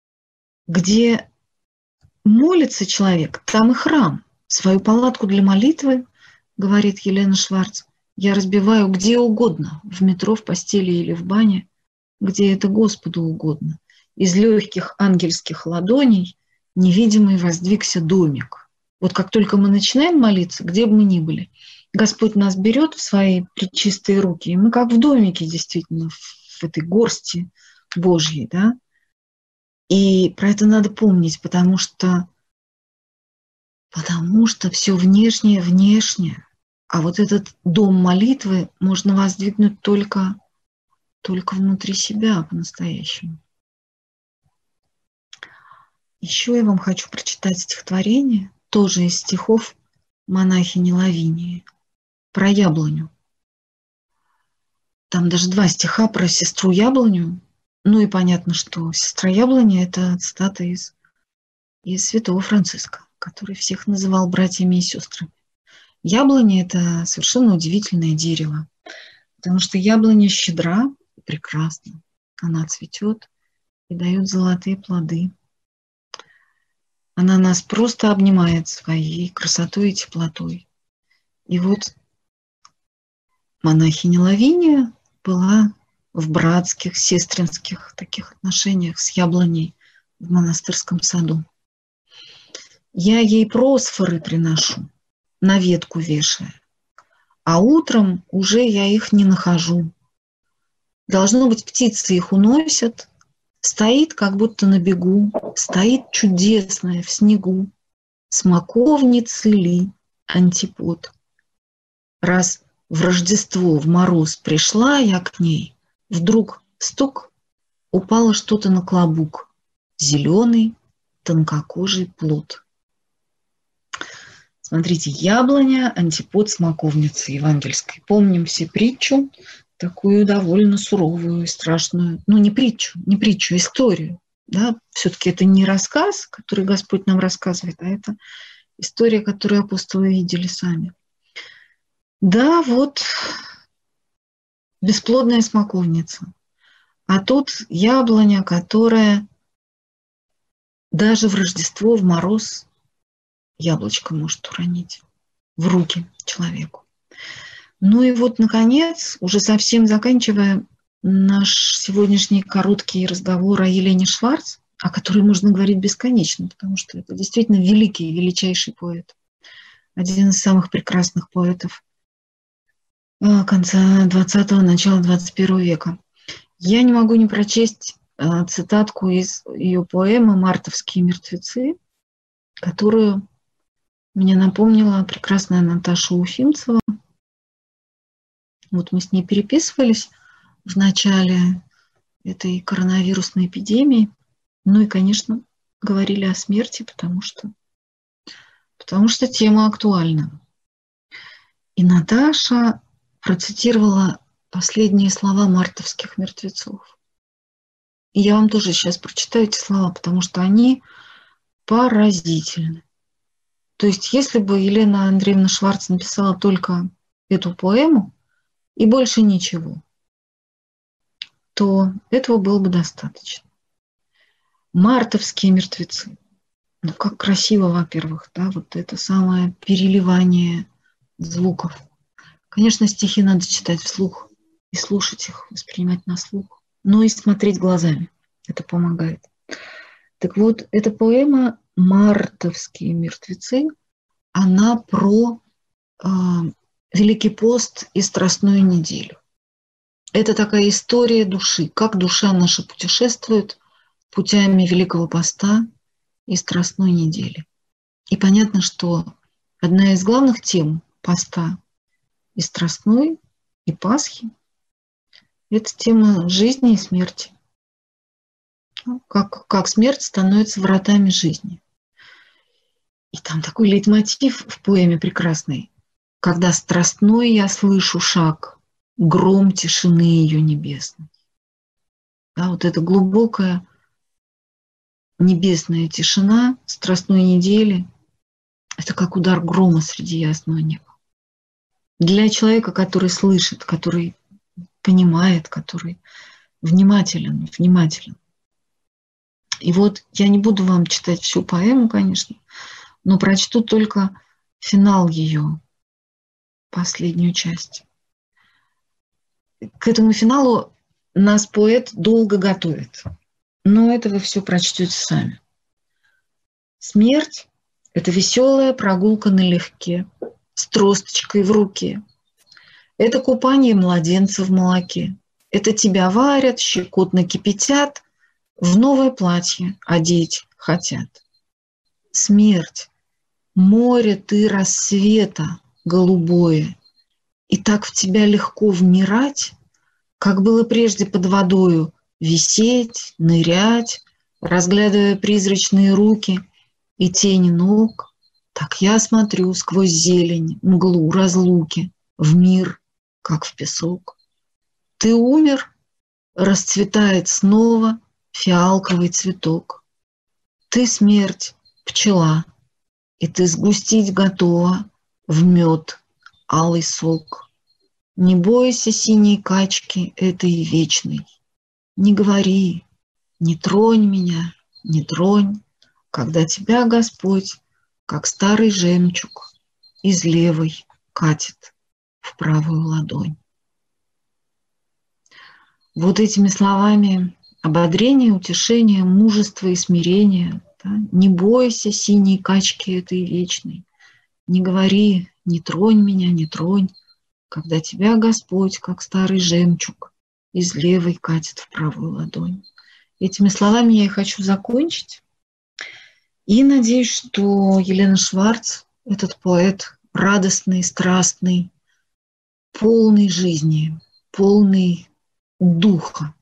где молится человек, там и храм. Свою палатку для молитвы, говорит Елена Шварц, я разбиваю где угодно, в метро, в постели или в бане, где это Господу угодно. Из легких ангельских ладоней невидимый воздвигся домик. Вот как только мы начинаем молиться, где бы мы ни были, Господь нас берет в свои пречистые руки, и мы как в домике действительно, в этой горсти Божьей, да. И про это надо помнить, потому что все внешнее, а вот этот дом молитвы можно воздвигнуть только внутри себя по-настоящему. Еще я вам хочу прочитать стихотворение, тоже из стихов монахини Лавинии, про яблоню. Там даже 2 стиха про сестру яблоню. И понятно, что сестра яблоня – это цитата из святого Франциска, который всех называл братьями и сестрами. Яблоня – это совершенно удивительное дерево, потому что яблоня щедра и прекрасна. Она цветет и дает золотые плоды. Она нас просто обнимает своей красотой и теплотой. И вот монахиня Лавиния была в братских, сестринских таких отношениях с яблоней в монастырском саду. Я ей просфоры приношу, на ветку вешая, а утром уже я их не нахожу. Должно быть, птицы их уносят, стоит как будто на бегу, стоит чудесная в снегу, смоковницы ли антипод. Раз в Рождество, в мороз пришла я к ней, вдруг стук, упало что-то на клобук, зеленый, тонкокожий плод. Смотрите, яблоня, антипод смоковницы евангельской. Помним все притчу, такую довольно суровую и страшную, не притчу, историю. Да? Все-таки это не рассказ, который Господь нам рассказывает, а это история, которую апостолы видели сами. Да, вот бесплодная смоковница. А тут яблоня, которая даже в Рождество, в мороз яблочко может уронить в руки человеку. И вот, наконец, уже совсем заканчивая наш сегодняшний короткий разговор о Елене Шварц, о которой можно говорить бесконечно, потому что это действительно великий, величайший поэт. Один из самых прекрасных поэтов конца 20-го, начала 21 века. Я не могу не прочесть цитатку из ее поэмы «Мартовские мертвецы», которую мне напомнила прекрасная Наташа Уфимцева. Вот мы с ней переписывались в начале этой коронавирусной эпидемии. Ну и, конечно, говорили о смерти, потому что тема актуальна. И Наташа процитировала последние слова мартовских мертвецов. И я вам тоже сейчас прочитаю эти слова, потому что они поразительны. То есть если бы Елена Андреевна Шварц написала только эту поэму и больше ничего, то этого было бы достаточно. Мартовские мертвецы. Ну, как красиво, во-первых, да, вот это самое переливание звуков. Конечно, стихи надо читать вслух и слушать их, воспринимать на слух, но и смотреть глазами. Это помогает. Так вот, эта поэма «Мартовские мертвецы», она про Великий пост и Страстную неделю. Это такая история души, как душа наша путешествует путями Великого поста и Страстной недели. И понятно, что одна из главных тем поста и Страстной, и Пасхи – это тема жизни и смерти. Как смерть становится вратами жизни. И там такой лейтмотив в поэме прекрасный. Когда страстной я слышу шаг, гром тишины ее небесной. Да, вот эта глубокая небесная тишина Страстной недели – это как удар грома среди ясного неба. Для человека, который слышит, который понимает, который внимателен. И вот я не буду вам читать всю поэму, конечно, но прочту только финал ее, последнюю часть. К этому финалу нас поэт долго готовит, но это вы все прочтете сами. Смерть – это веселая прогулка налегке, с тросточкой в руке. Это купание младенца в молоке. Это тебя варят, щекотно кипятят, в новое платье одеть хотят. Смерть – море ты рассвета голубое, и так в тебя легко вмирать, как было прежде под водою, висеть, нырять, разглядывая призрачные руки и тени ног, так я смотрю сквозь зелень, мглу, разлуки, в мир, как в песок. Ты умер, расцветает снова фиалковый цветок. Ты смерть, пчела, и ты сгустить готова в мед алый сок. Не бойся синей качки этой вечной. Не говори, не тронь меня, не тронь, когда тебя Господь, как старый жемчуг, из левой катит в правую ладонь. Вот этими словами ободрение, утешение, мужество и смирение. Да? Не бойся синей качки этой вечной. Не говори, не тронь меня, не тронь, когда тебя Господь, как старый жемчуг, из левой катит в правую ладонь. Этими словами я и хочу закончить. И надеюсь, что Елена Шварц, этот поэт радостный, страстный, полный жизни, полный духа,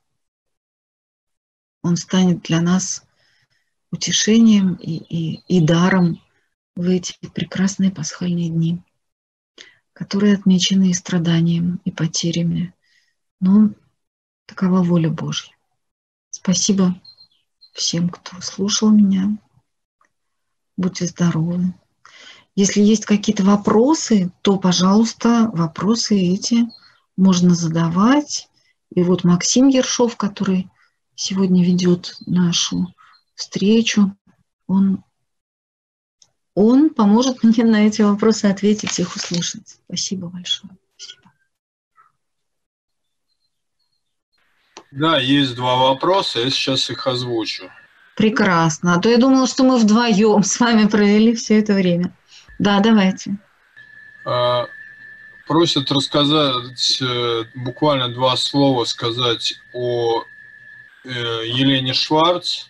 он станет для нас утешением и даром в эти прекрасные пасхальные дни, которые отмечены и страданием, и потерями. Но такова воля Божья. Спасибо всем, кто слушал меня. Будьте здоровы. Если есть какие-то вопросы, то, пожалуйста, вопросы эти можно задавать. И вот Максим Ершов, который сегодня ведет нашу встречу, он поможет мне на эти вопросы ответить, их услышать. Спасибо большое. Спасибо. Да, есть два вопроса, я сейчас их озвучу. Прекрасно. А то я думала, что мы вдвоем с вами провели все это время. Да, давайте. Просят рассказать, буквально 2 слова сказать о Елене Шварц.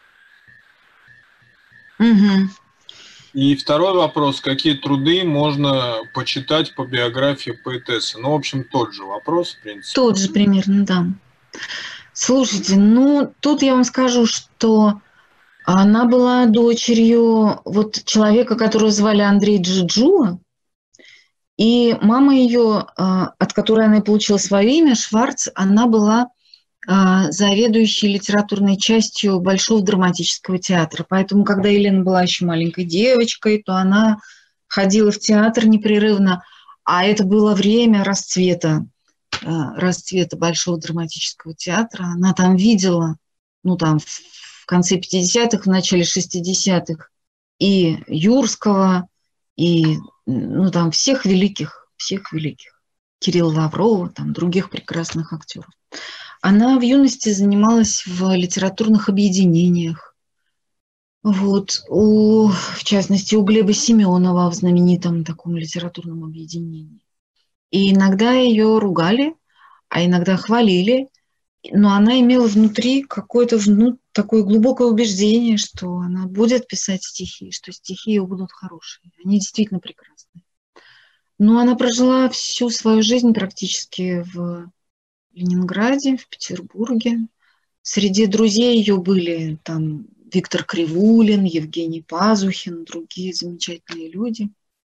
Угу. И второй вопрос. Какие труды можно почитать по биографии поэтессы? Ну, в общем, тот же вопрос, в принципе. Тот же примерно, да. Слушайте, ну, тут я вам скажу, что она была дочерью вот человека, которого звали Андрей Джиджула, и мама ее, от которой она и получила свое имя, Шварц, она была заведующей литературной частью Большого драматического театра. Поэтому, когда Елена была еще маленькой девочкой, то она ходила в театр непрерывно, а это было время расцвета Большого драматического театра. Она там видела, ну там в конце 50-х, в начале 60-х и Юрского, и ну там всех великих, Кирилла Лаврова, там других прекрасных актеров. Она в юности занималась в литературных объединениях. Вот, в частности, у Глеба Семенова в знаменитом таком литературном объединении. И иногда ее ругали, а иногда хвалили, но она имела внутри какое-то такое глубокое убеждение, что она будет писать стихи, что стихи ее будут хорошие. Они действительно прекрасные. Но она прожила всю свою жизнь практически в Ленинграде, в Петербурге. Среди друзей ее были там Виктор Кривулин, Евгений Пазухин, другие замечательные люди.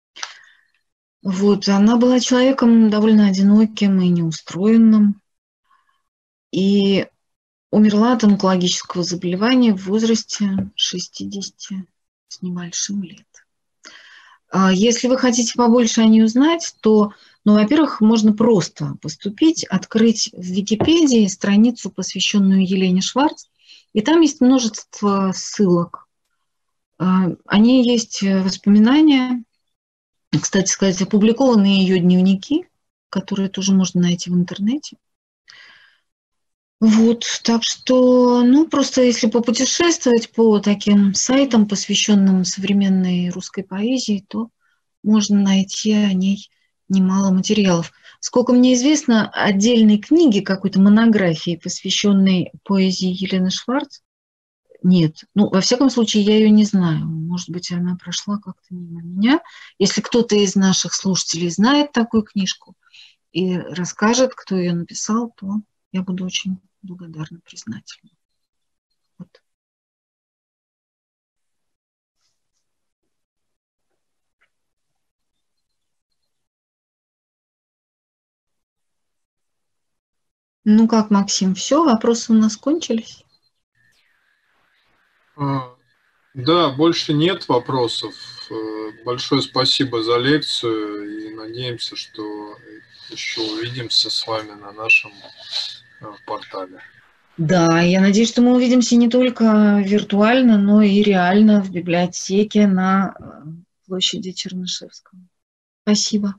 Вот, она была человеком довольно одиноким и неустроенным. И умерла от онкологического заболевания в возрасте 60 с небольшим лет. Если вы хотите побольше о ней узнать, то, ну, во-первых, можно просто поступить, открыть в Википедии страницу, посвященную Елене Шварц, и там есть множество ссылок. О ней есть воспоминания, кстати сказать, опубликованы ее дневники, которые тоже можно найти в интернете. Вот, так что, ну, просто если попутешествовать по таким сайтам, посвященным современной русской поэзии, то можно найти о ней немало материалов. Сколько мне известно, отдельной книги, какой-то монографии, посвященной поэзии Елены Шварц, нет. Ну, во всяком случае, я ее не знаю. Может быть, она прошла как-то мимо меня. Если кто-то из наших слушателей знает такую книжку и расскажет, кто ее написал, то я буду очень благодарна, признательна. Вот. Ну как, Максим, все, вопросы у нас кончились? Да, больше нет вопросов. Большое спасибо за лекцию и надеемся, что еще увидимся с вами на нашем портале. Да, я надеюсь, что мы увидимся не только виртуально, но и реально в библиотеке на площади Чернышевского. Спасибо.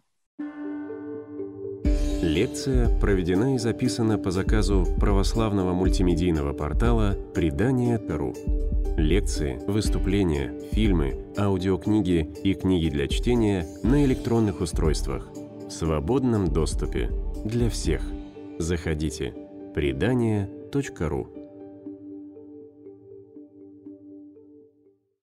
Лекция проведена и записана по заказу православного мультимедийного портала «Предания.ру». Лекции, выступления, фильмы, аудиокниги и книги для чтения на электронных устройствах в свободном доступе для всех. Заходите. Предания.ру